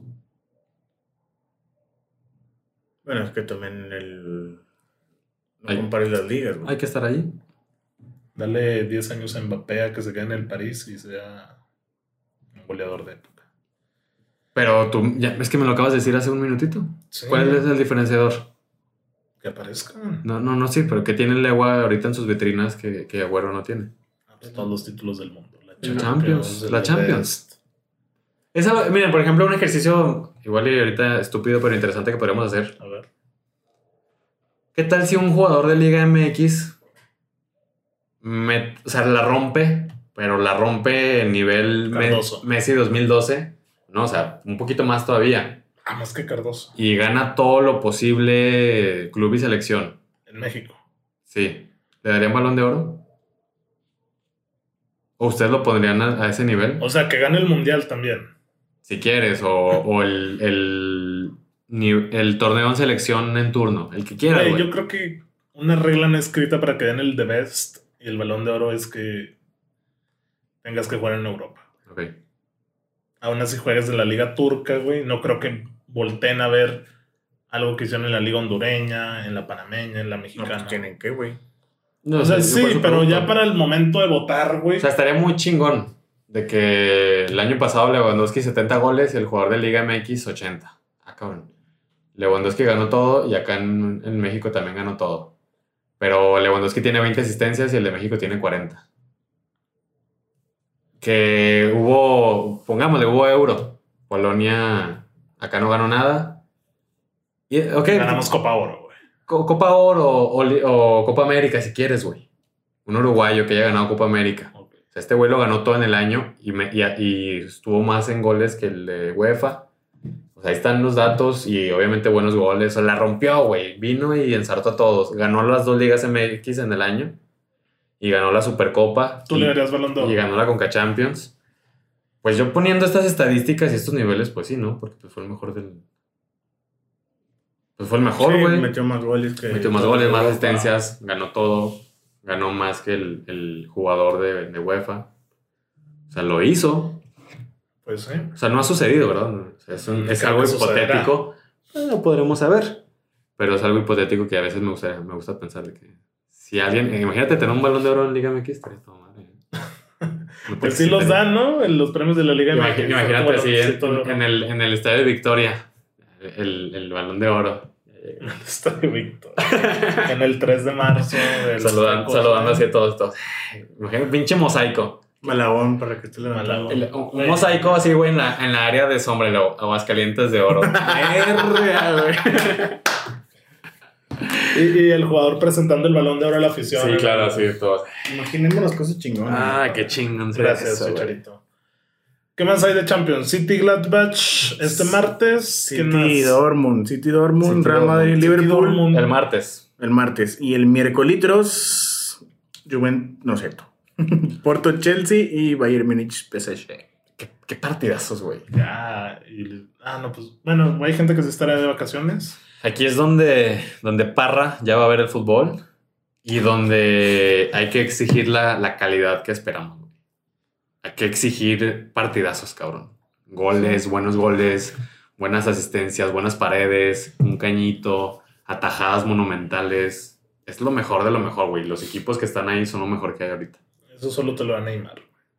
Bueno, es que también el... No Ay. compares las ligas, güey. Hay que estar ahí. Dale diez años a Mbappé a que se quede en el París y sea un goleador de época. Pero tú, ya, es que me lo acabas de decir hace un minutito. Sí, ¿Cuál es el diferenciador? que aparezcan. No, no, no, sí, pero que tiene Lewa ahorita en sus vitrinas que, que Agüero no tiene. Ah, pues todos los títulos del mundo. La La Champions, el la Champions. Best. Es algo- miren, por ejemplo, un ejercicio igual y ahorita estúpido pero interesante que podríamos hacer. A ver. ¿Qué tal si un jugador de Liga M X met, o sea, la rompe, pero la rompe en nivel Me, Messi dos mil doce, ¿no? O sea, un poquito más todavía. Ah, más que Cardoso. Y gana todo lo posible club y selección. En México. Sí. ¿Le darían Balón de Oro? ¿O ustedes lo pondrían a, a ese nivel? O sea, que gane el Mundial también. Si quieres, o, o el, el, el torneo en selección en turno, el que quiera. Güey, yo creo que una regla no escrita para que den el The Best y el Balón de Oro es que tengas que jugar en Europa. Ok. Aún así juegues en la liga turca, güey. No creo que volteen a ver algo que hicieron en la liga hondureña, en la panameña, en la mexicana. No, pues tienen que, güey. No, o sea, sí, sí, pero ya para el momento de votar, güey. O sea, estaría muy chingón de que el año pasado Lewandowski setenta goles y el jugador de Liga M X ochenta. Ah, cabrón. Lewandowski ganó todo y acá en, en México también ganó todo. Pero Lewandowski tiene veinte asistencias y el de México tiene cuarenta. Que hubo, pongámosle, hubo Euro. Polonia acá no ganó nada. Y, okay, ganamos Copa Oro, güey. Copa Oro o, o Copa América, si quieres, güey. Un uruguayo que haya ganado Copa América. Okay. O sea, este güey lo ganó todo en el año y, me, y, y estuvo más en goles que el de UEFA. O sea, ahí están los datos y obviamente buenos goles. O sea, la rompió, güey. Vino y ensartó a todos. Ganó las dos ligas M X en el año. Y ganó la Supercopa. Tú y, le darías Balón de Oro. Y ganó la Conca Champions. Pues yo poniendo estas estadísticas y estos niveles, pues sí, ¿no? Porque pues fue el mejor del... Pues fue el mejor, güey. Sí, metió más goles que... Metió más goles, más asistencias. Ganó todo. Ganó más que el, el jugador de, de UEFA. O sea, lo hizo. Pues sí. O sea, no ha sucedido, ¿verdad? O sea, es, un, es algo hipotético. Eh, lo podremos saber. Pero es algo hipotético que a veces me gusta, me gusta pensar de que... Si alguien... Imagínate tener un Balón de Oro en Liga M X, estaría todo madre. No pues sí los dan, ¿no? En los premios de la Liga M X. Imagínate así, en, en, el, en el Estadio de Victoria. El, el Balón de Oro. En el Estadio Victoria. En el tres de marzo. Saludan, saludando así a todos, todos. Imagínate, pinche mosaico. Malagón, para que te le Malagón. El, un, un mosaico así, güey, en la, en la área de sombra, el Aguascalientes de oro. güey. Y, y el jugador presentando el Balón de Oro a la afición. Sí, claro, sí, todos. Imaginemos las cosas chingonas. Ah, qué chingón. Gracias, Chicharito. ¿Qué más hay de Champions? City Gladbach este martes. City Dortmund. City Dortmund, Real Madrid, Liverpool. Dortmund. El martes. El martes. Y el miércoles, Juventus, no sé. Porto, Chelsea y Bayern Múnich, P S G. ¿Qué, qué partidazos, güey? Ya. Y, ah, no, pues. Bueno, hay gente que se estará de vacaciones. Aquí es donde, donde Parra ya va a ver el fútbol y donde hay que exigir la, la calidad que esperamos. Hay que exigir partidazos, cabrón. Goles, buenos goles, buenas asistencias, buenas paredes, un cañito, atajadas monumentales. Es lo mejor de lo mejor, güey. Los equipos que están ahí son lo mejor que hay ahorita. Eso solo te lo va a Neymar.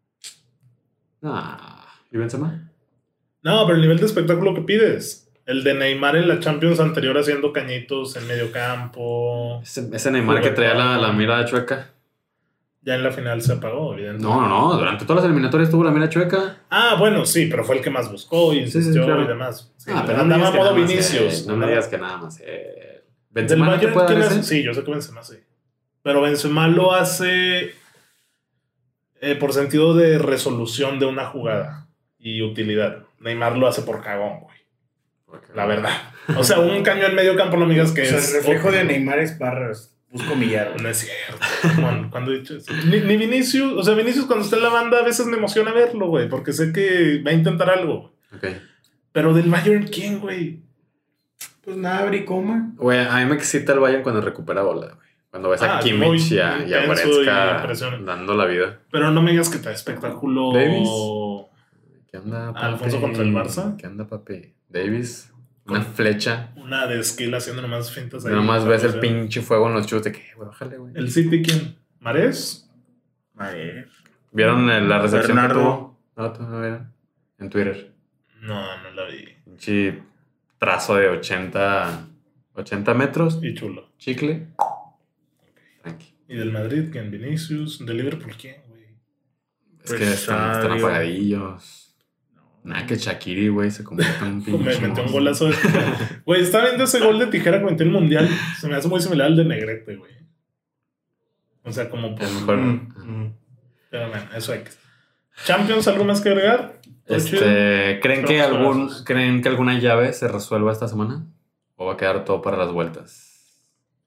Ah, ¿y Benzema? No, pero el nivel de espectáculo que pides. El de Neymar en la Champions anterior haciendo cañitos en medio campo. Ese, ese Neymar que traía la, la mirada chueca. Ya en la final se apagó, evidentemente. No, no, no. Durante todas las eliminatorias tuvo la mira chueca. Ah, bueno, sí, pero fue el que más buscó y insistió sí, sí, claro. y demás. Sí, ah, pero andaba modo Vinicius. Eh, no me digas que nada más. Eh. ¿Benzema no te puede dar ese? Sí, yo sé que Benzema sí. Pero Benzema lo hace eh, por sentido de resolución de una jugada y utilidad. Neymar lo hace por cagón, güey. Okay. La verdad. O sea, un caño en medio campo, no me digas que o sea, es... el reflejo de Neymar es Parras. Busco millar. No es cierto. Cuando, cuando he dicho eso. Ni, ni Vinicius, o sea, Vinicius cuando está en la banda a veces me emociona verlo, güey, porque sé que va a intentar algo. Ok. Pero del Bayern, ¿quién, güey? Pues nada, Bricoma. Güey, a mí me excita el Bayern cuando recupera bola, güey. Cuando ves a ah, Kimmich y a, y a Goretzka dando la vida. Pero no me digas que te da espectáculo. Davis. ¿Qué onda, papi? Alfonso contra el Barça. ¿Qué onda, papi? Davis. Una flecha. Una de skill haciendo nomás fintas ahí. Nomás ves el pinche fuego en los chutes. ¿Qué, güey? Bájale, güey. ¿El City quién? ¿Marés? Marés. ¿Vieron la recepción Bernardo. que tuvo? No, ¿tú no vieron? En Twitter. No, no la vi. Pinche trazo de ochenta, ochenta metros. Y chulo. Chicle. Okay. Tranqui. ¿Y del Madrid quién? ¿Vinicius? ¿Del Liverpool quién, güey? Es pues que están, están apagadillos. Nada, que Shaqiri, güey, se convierte en un pinche. Me metió un golazo de... Güey, está viendo ese gol de tijera que metió el Mundial. Se me hace muy similar al de Negrete, güey. O sea, como por... Es mejor. Mm, mm. Pero bueno, eso hay que... Champions, ¿algo más que agregar? Este, ¿creen, que Vamos a algún, ver. ¿Creen que alguna llave se resuelva esta semana? ¿O va a quedar todo para las vueltas?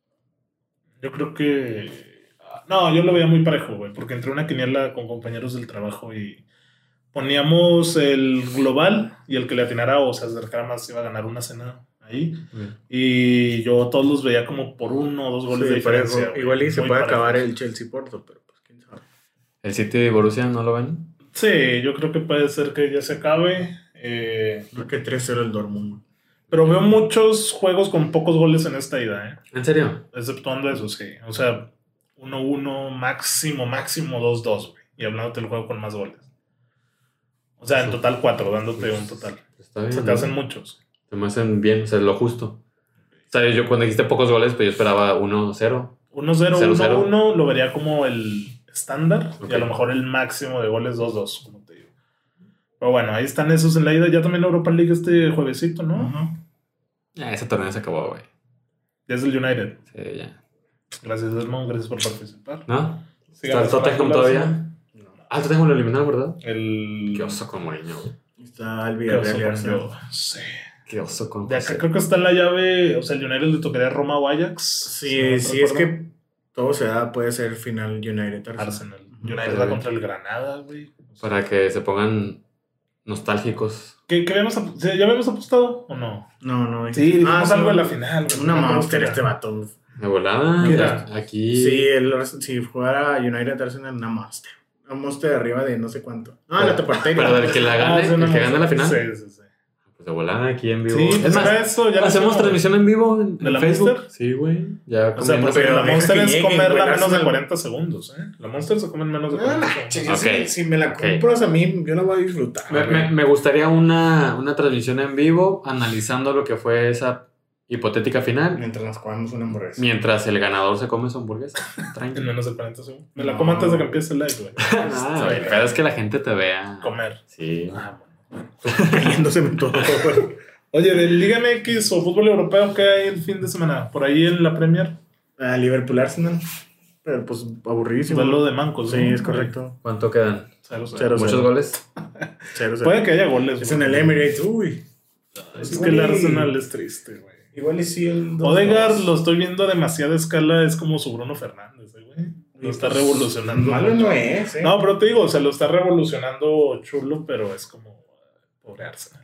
Yo creo que... No, yo lo veía muy parejo, güey, porque entré una quiniela con compañeros del trabajo y poníamos el global y el que le atinara o se acercara más iba a ganar una cena ahí. Bien. Y yo todos los veía como por uno o dos goles Sí, de diferencia. parejo. güey. Igual y se Muy puede parejo. acabar el Chelsea-Porto, pero pues quién sabe. ¿El City y Borussia no lo ven? Sí, yo creo que puede ser que ya se acabe. Eh, Creo que tres cero el Dortmund. pero veo muchos juegos con pocos goles en esta ida, ¿eh? ¿En serio? Exceptuando eso, sí. O sea, uno uno, máximo, máximo dos dos, güey. Y hablándote del juego con más goles. O sea, en total cuatro, dándote un total. Está bien. Se te ¿no? hacen muchos. Se me hacen bien, o sea, lo justo. O sea, yo cuando dijiste pocos goles, pues yo esperaba uno cero. uno cero, Cero, uno cero. uno lo vería como el estándar. Ok. Y a lo mejor el máximo de goles dos dos, como te digo. Pero bueno, ahí están esos en la ida. Ya también Europa League este juevesito, ¿no? Ajá. Ya, ese torneo se acabó, güey. Ya es el United. Sí, ya. Gracias, Desmond. Gracias por participar. ¿No? Sí, ¿Está el ganas Tottenham para todavía? No. Ah, Tottenham lo eliminaron, ¿verdad? El... Qué oso con Mourinho, güey. Está el Qué oso Villarreal y con Arsenal. yo. Sí. Qué oso con De acá José. creo que está en la llave. O sea, el United le tocaría Roma o Ajax. Sí, no sí, es recuerdo. que todo se da, puede ser final United Arsenal. Arsenal. United Pero, va güey. contra el Granada, güey. Para que se pongan nostálgicos. ¿Qué, qué habíamos ap- ¿Ya habíamos apostado o no? No, no. Sí, dijimos Ah, algo sí, de la final, güey. Una No me acuerdo monster qué este era. vato. De volada. ¿Qué ya, era? Aquí. Sí, el, si jugara United Arsenal, una monster. Una monster de arriba de no sé cuánto. Ah, la Taparteria. Pero del que la Ah, gane, sí, el no, que no, gane la sí, final. Sí, sí, sí. Pues de volada aquí en vivo. Sí, es pues más, era eso, ya lo hacemos hicimos. transmisión en vivo en, ¿De en la Facebook. Monster? Sí, güey. Ya O sea, comiendo. porque pero la deja Monster que es llegue, güey, comerla menos de Arsenal. cuarenta segundos, ¿eh? La Monster se come en menos de No, cuarenta no, segundos. chingue, Ok. si, si me la Ok. compras a mí, yo la voy a disfrutar. Me, güey. me- me gustaría una, una transmisión en vivo analizando lo que fue esa hipotética final Mientras nos comemos una hamburguesa. mientras el ganador se come su hamburguesa. En Tranquilo. menos de cuarenta segundos. Me la No. como antes de que empiece el live, güey. Ah, güey, pero es que la gente te vea. Comer. Sí. Ah, bueno. Cayéndoseme todo, güey. Oye, de Liga M X o fútbol europeo, ¿qué hay el fin de semana? Por ahí en la Premier. Ah, Liverpool Arsenal. Pero pues aburridísimo. Duelo de mancos, Sí, ¿no? es correcto. ¿Cuánto quedan? Cero, cero. Cero. ¿Muchos goles? Cero, cero. Puede que haya goles. Es güey. en el Emirates. Uy. Es que el Arsenal es triste, güey. Igual y sí el dos Odegaard dos. lo estoy viendo a demasiada escala, es como su Bruno Fernández, eh, güey. Lo está revolucionando. Malo mucho. no es, ¿eh? No, pero te digo, o sea, lo está revolucionando chulo, pero es como pobre Arsenal.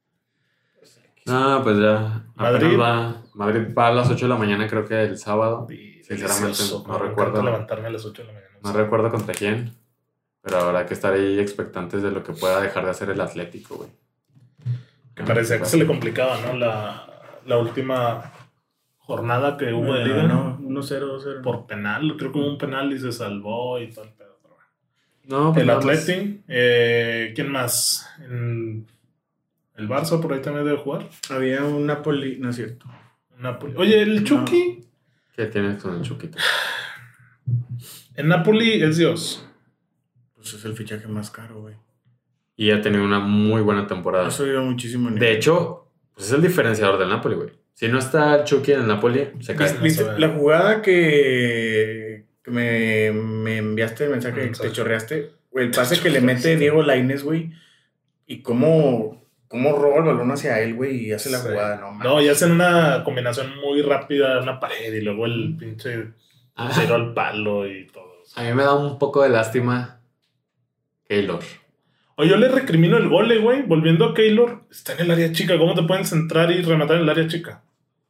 No, pues ya. Madrid. Madrid va, Madrid va a las ocho de la mañana, creo que el sábado. Y Sinceramente, delicioso, no me encanta recuerdo. levantarme a las ocho de la mañana. No recuerdo contra quién. Pero habrá que estar ahí expectantes de lo que pueda dejar de hacer el Atlético, güey. Que parecía que se le complicaba, ¿no? La, la última jornada que hubo de liga. No, uno cero, dos cero. Por penal, creo que hubo un penal y se salvó y todo el pedo. Pero bueno. No, pues El nada más. Atleti, eh, ¿quién más? En el Barça por ahí también debe jugar. Había un Napoli, no es cierto. Napoli. Oye, el Chucky ¿Qué tienes con el Chuquito? en Napoli es Dios. Pues es el fichaje más caro, güey. Y ha tenido una muy buena temporada. Ha subido muchísimo. en De el- hecho, pues es el diferenciador del Napoli, güey. Si no está Chucky en el Napoli, se cae. ¿Viste, viste no sabe. la jugada que, que me, me enviaste el mensaje que Mensaje. te chorreaste? Güey, el pase que le mete Diego Lainez, güey. Y cómo, cómo roba el balón hacia él, güey, y hace la Sí. jugada, no mames. No, y hacen una combinación muy rápida, una pared y luego el pinche Ah, tiro al palo y todo. a mí me da un poco de lástima Keylor. Oye, yo le recrimino el gole, güey. Volviendo a Keylor, está en el área chica. ¿Cómo te pueden centrar y rematar en el área chica?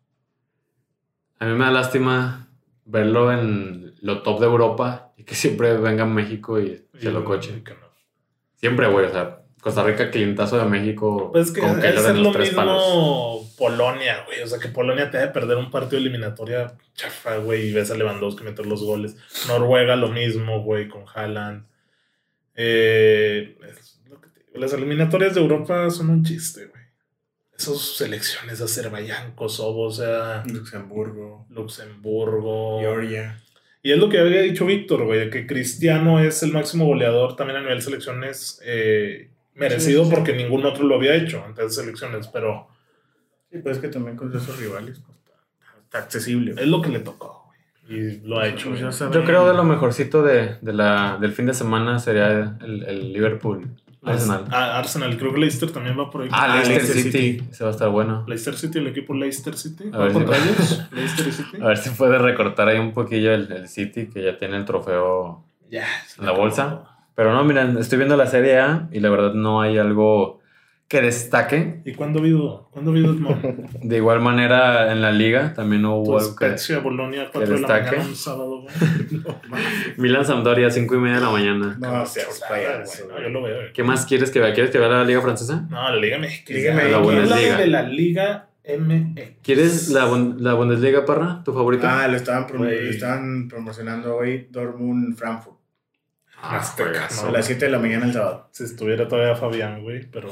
A mí me da lástima verlo en lo top de Europa y que siempre venga a México y se lo coche. Que no. Siempre, güey. O sea, Costa Rica, clientazo de México. Pues es que con es Keylor ser en lo los tres palos. mismo Polonia, güey. O sea, que Polonia te debe perder un partido de eliminatoria chafa, güey, y ves a Lewandowski meter los goles. Noruega lo mismo, güey, con Haaland. Eh, es lo que te digo. Las eliminatorias de Europa son un chiste, güey. Esas selecciones, Azerbaiyán, Kosovo, o sea, Luxemburgo, Luxemburgo. Georgia. Y es lo que había dicho Víctor, güey, que Cristiano es el máximo goleador también a nivel selecciones, eh, merecido Sí, sí. porque ningún otro lo había hecho antes de selecciones, pero Sí, pues es que también con esos rivales pues, está, está accesible. güey. es lo que le tocó, güey. Y lo ha hecho. Pues ya bien. saben. Yo creo de lo mejorcito de, de la, del fin de semana sería el, el Liverpool. Arsenal. Ah, Arsenal. Creo que Leicester también va por ahí. Ah, Leicester, Leicester City. City. Ese va a estar bueno. Leicester City, el equipo Leicester City. A ¿Va ver si- contra ellos? Leicester City. A ver si puede recortar ahí un poquillo el, el City, que ya tiene el trofeo Ya. en la bolsa. Pero no, miren, estoy viendo la Serie A y la verdad no hay algo que destaque. ¿Y cuándo ha habido, ¿cuándo ha habido Edmond? De igual manera, en la Liga también no hubo Tu algo que... Spezia, Bolonia, cuatro de la destaque. mañana un sábado, güey. No, mames. Milan Sampdoria, cinco y media de la mañana. No seas payaso, No, güey. yo lo veo. güey. ¿Qué más quieres que vea? ¿Quieres que vea la Liga Francesa? No, la Liga M X. Liga M X. La Bundesliga. de la Liga M X. ¿Quieres la, Bun- la Bundesliga, Parra? ¿Tu favorita? Ah, lo estaban, prom- Güey. lo estaban promocionando hoy Dortmund Frankfurt. Ah, Azteca, juegazo. A las siete de la mañana el sábado. Si estuviera todavía Fabián, güey, pero...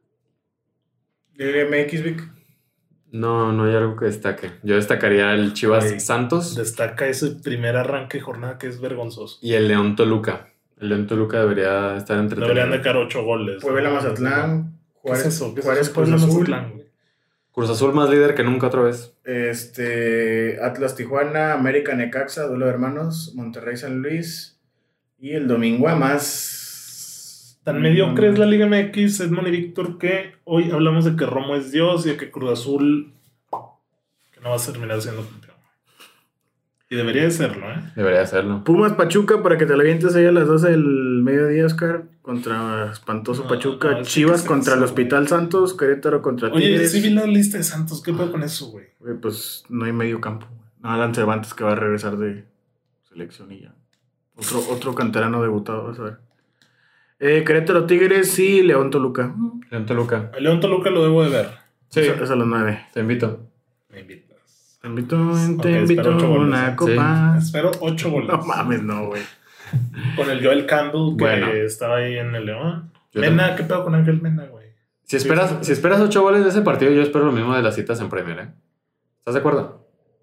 Liga M X, Vic. No, no hay algo que destaque. Yo destacaría el Chivas Güey. Santos Destaca ese primer arranque de jornada que es vergonzoso. y el León Toluca. El León Toluca debería estar entretenido. Deberían de caer ocho goles. Puebla ¿no? Mazatlán. ¿Qué Juárez, es eso? ¿Qué es Juárez eso? Cruz Puebla Azul. Mazatlán, güey. Cruz Azul más líder que nunca otra vez. Este, Atlas Tijuana, América Necaxa, duelo de hermanos, Monterrey San Luis. Y el domingo a más. Tan mediocre es la Liga M X, Edmond y Víctor, que hoy hablamos de que Romo es Dios y de que Cruz Azul que no va a terminar siendo campeón. Y debería de serlo, ¿eh? Debería hacerlo. Pumas Pachuca para que te la avientes ahí a las doce del mediodía, Oscar. Contra Espantoso No, Pachuca. no, es que Chivas ¿qué es contra el eso, Hospital Santos. Querétaro contra Oye, Tigres. sí vi la lista de Santos, ¿qué puedo con eso, güey? Güey, pues no hay medio campo. No, Alan Cervantes que va a regresar de selección y ya. Otro, otro canterano debutado, vas a ver. Eh, Querétaro Tigres y León Toluca. León Toluca. El León Toluca lo debo de ver. Sí, Es, es a las nueve. te invito. Me invitas. Te invito, Ok, te invito espero ocho a goles, una ¿eh? copa. Espero ocho goles. No mames, no, güey. Con el Joel Campbell que Bueno. estaba ahí en el León. Yo Mena, ¿qué pedo con Ángel Mena, güey? Si esperas, si esperas ocho goles de ese partido, yo espero lo mismo de las citas en Premier, ¿eh? ¿Estás de acuerdo?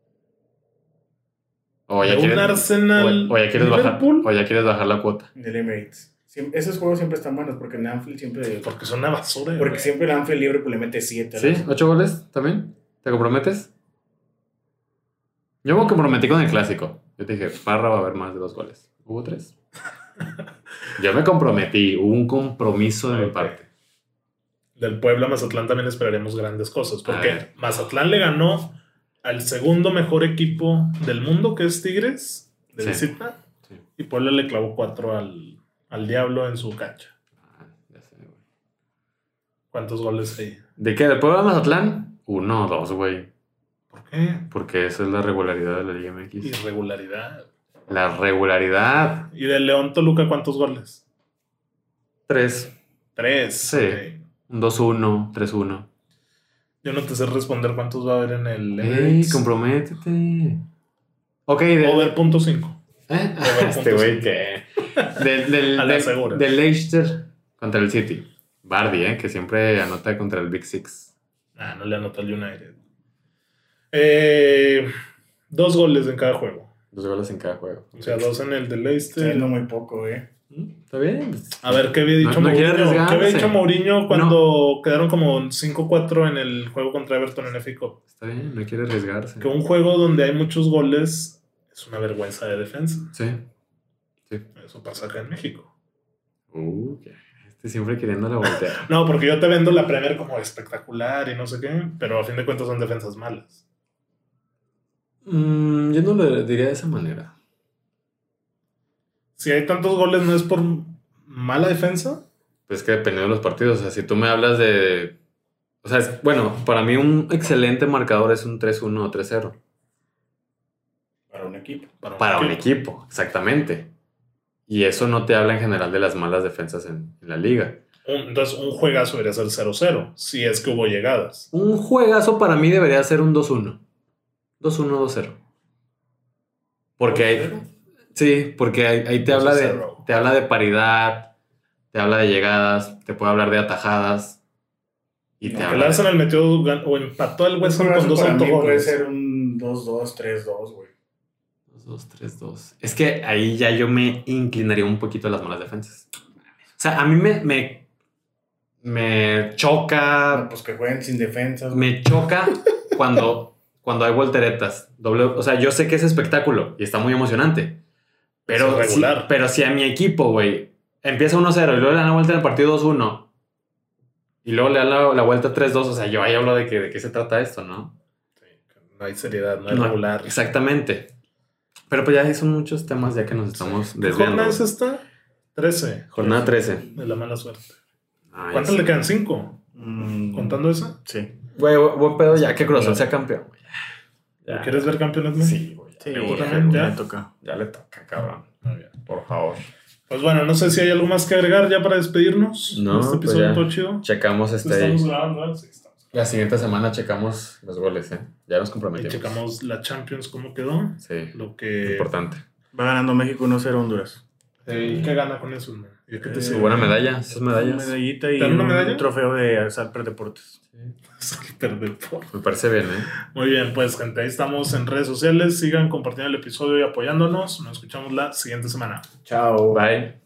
O ya De un quieres, Arsenal. o, o ya quieres bajar, Liverpool, o ya quieres bajar la cuota. Del Emirates. Siem- esos juegos siempre están buenos porque en Anfield siempre. Porque son una basura. Porque güey. siempre el Anfield Liverpool le mete siete. ¿Sí? ¿Ocho goles también? ¿Te comprometes? Yo me comprometí con el clásico. Yo te dije, Parra va a haber más de dos goles. Hubo tres. Yo me comprometí. Hubo un compromiso de mi Ok. parte. Del Puebla Mazatlán también esperaríamos grandes cosas. A Porque ver. Mazatlán le ganó al segundo mejor equipo del mundo, que es Tigres, de Sí. visita. Sí. Y Puebla le clavó cuatro al, al Diablo en su cancha. Ah, ya sé, güey. ¿Cuántos goles hay? ¿De qué? ¿De Puebla a Mazatlán? Uno o dos, güey. ¿Por qué? Porque esa es la regularidad de la Liga M X. Irregularidad. La regularidad. ¿Y del León Toluca cuántos goles? Tres. Tres. Sí. Ok. Un dos uno, tres uno. Yo no te sé responder cuántos va a haber en el ¡Ey, Emirates. comprométete! Ok, de, Over punto cinco. ¿Eh? Over Este punto güey cinco. que... Del, del, A la del, segura. del Leicester contra el City. Bardi, ¿eh? Que siempre anota contra el Big Six. Ah, no le anota el United. Eh, dos goles en cada juego. Dos goles en cada juego. O sea, dos en el de Está Leicester. yendo muy poco, eh. ¿Mm? ¿Está bien? A ver, ¿qué había dicho No- no quiere Mourinho? ¿Qué había arriesgarse. dicho Mourinho cuando quedaron como cinco cuatro en el juego contra Everton en F A Cup? Está bien, no quiere arriesgarse. Que un juego donde hay muchos goles es una vergüenza de defensa. Sí. Eso pasa acá en México. Uh, que- este siempre queriendo la voltear. No, porque yo te vendo la Premier como espectacular y no sé qué, pero a fin de cuentas son defensas malas. Mm, yo no lo diría de esa manera. Si hay tantos goles, ¿no es por mala defensa? Pues que dependiendo de los partidos. O sea, si tú me hablas de... O sea, es- bueno, para mí un excelente marcador es un tres uno o tres cero. Para un equipo. Para un equipo, exactamente. Y eso no te habla en general de las malas defensas en, en la liga. Un- entonces, un juegazo debería ser cero cero, si es que hubo llegadas. Un juegazo para mí debería ser un dos uno. dos uno, dos cero. Porque hay... Sí, porque ahí, ahí te, dos habla de, cero. te habla de paridad, te habla de llegadas, te puede hablar de atajadas. Y te Aunque el habla de... Arsenal metió gan- o empató al West Ham Un con dos para mí puede autogoles. ser un dos dos, tres dos, güey. dos dos, tres dos. Es que ahí ya yo me inclinaría un poquito a las malas defensas. O sea, a mí me, me, me choca, No, pues que jueguen sin defensas. me choca cuando, cuando hay volteretas. Doble, o sea, yo sé que es espectáculo y está muy emocionante. Pero, es si, regular. pero si a mi equipo, güey, empieza uno cero y luego le dan la vuelta en el partido dos uno y luego le dan la, la vuelta tres dos, o sea, yo ahí hablo de, que, de qué se trata esto, ¿no? Sí, no hay seriedad, no hay No, regular. Exactamente. Pero pues ya son muchos temas ya que nos estamos ¿Qué desviando. jornada es esta? trece. Jornada trece. De la mala suerte. Ay, ¿Cuántas sí. le quedan? ¿Cinco? Mm, ¿Contando esa? Sí. Güey, buen pedo ya que Cruz Azul sea campeón. güey. Ya. ¿Quieres ver campeones, man? Sí, güey. Sí, Ya, le también, urge, ya. me toca. ya le toca, cabrón. Muy bien. Por favor. Pues bueno, no sé si hay algo más que agregar ya para despedirnos. No, Este pues episodio ya. todo chido. Checamos este. Estamos grabando, ¿eh? Sí, estamos. La siguiente semana checamos los goles, ¿eh? Ya nos Ahí comprometimos. checamos la Champions, cómo quedó. Sí, Lo que... importante. Va ganando México uno cero Honduras. Eh, ¿Y qué gana con eso, man? ¿Y qué te Eh, sirve? Buena medalla, esas Una medallas. medallita y ¿Te dan una un medalla? trofeo de Salper Deportes. Perder por. Me parece bien, ¿eh? Muy bien, pues gente, ahí estamos en redes sociales. Sigan compartiendo el episodio y apoyándonos. Nos escuchamos la siguiente semana. Chao. Bye.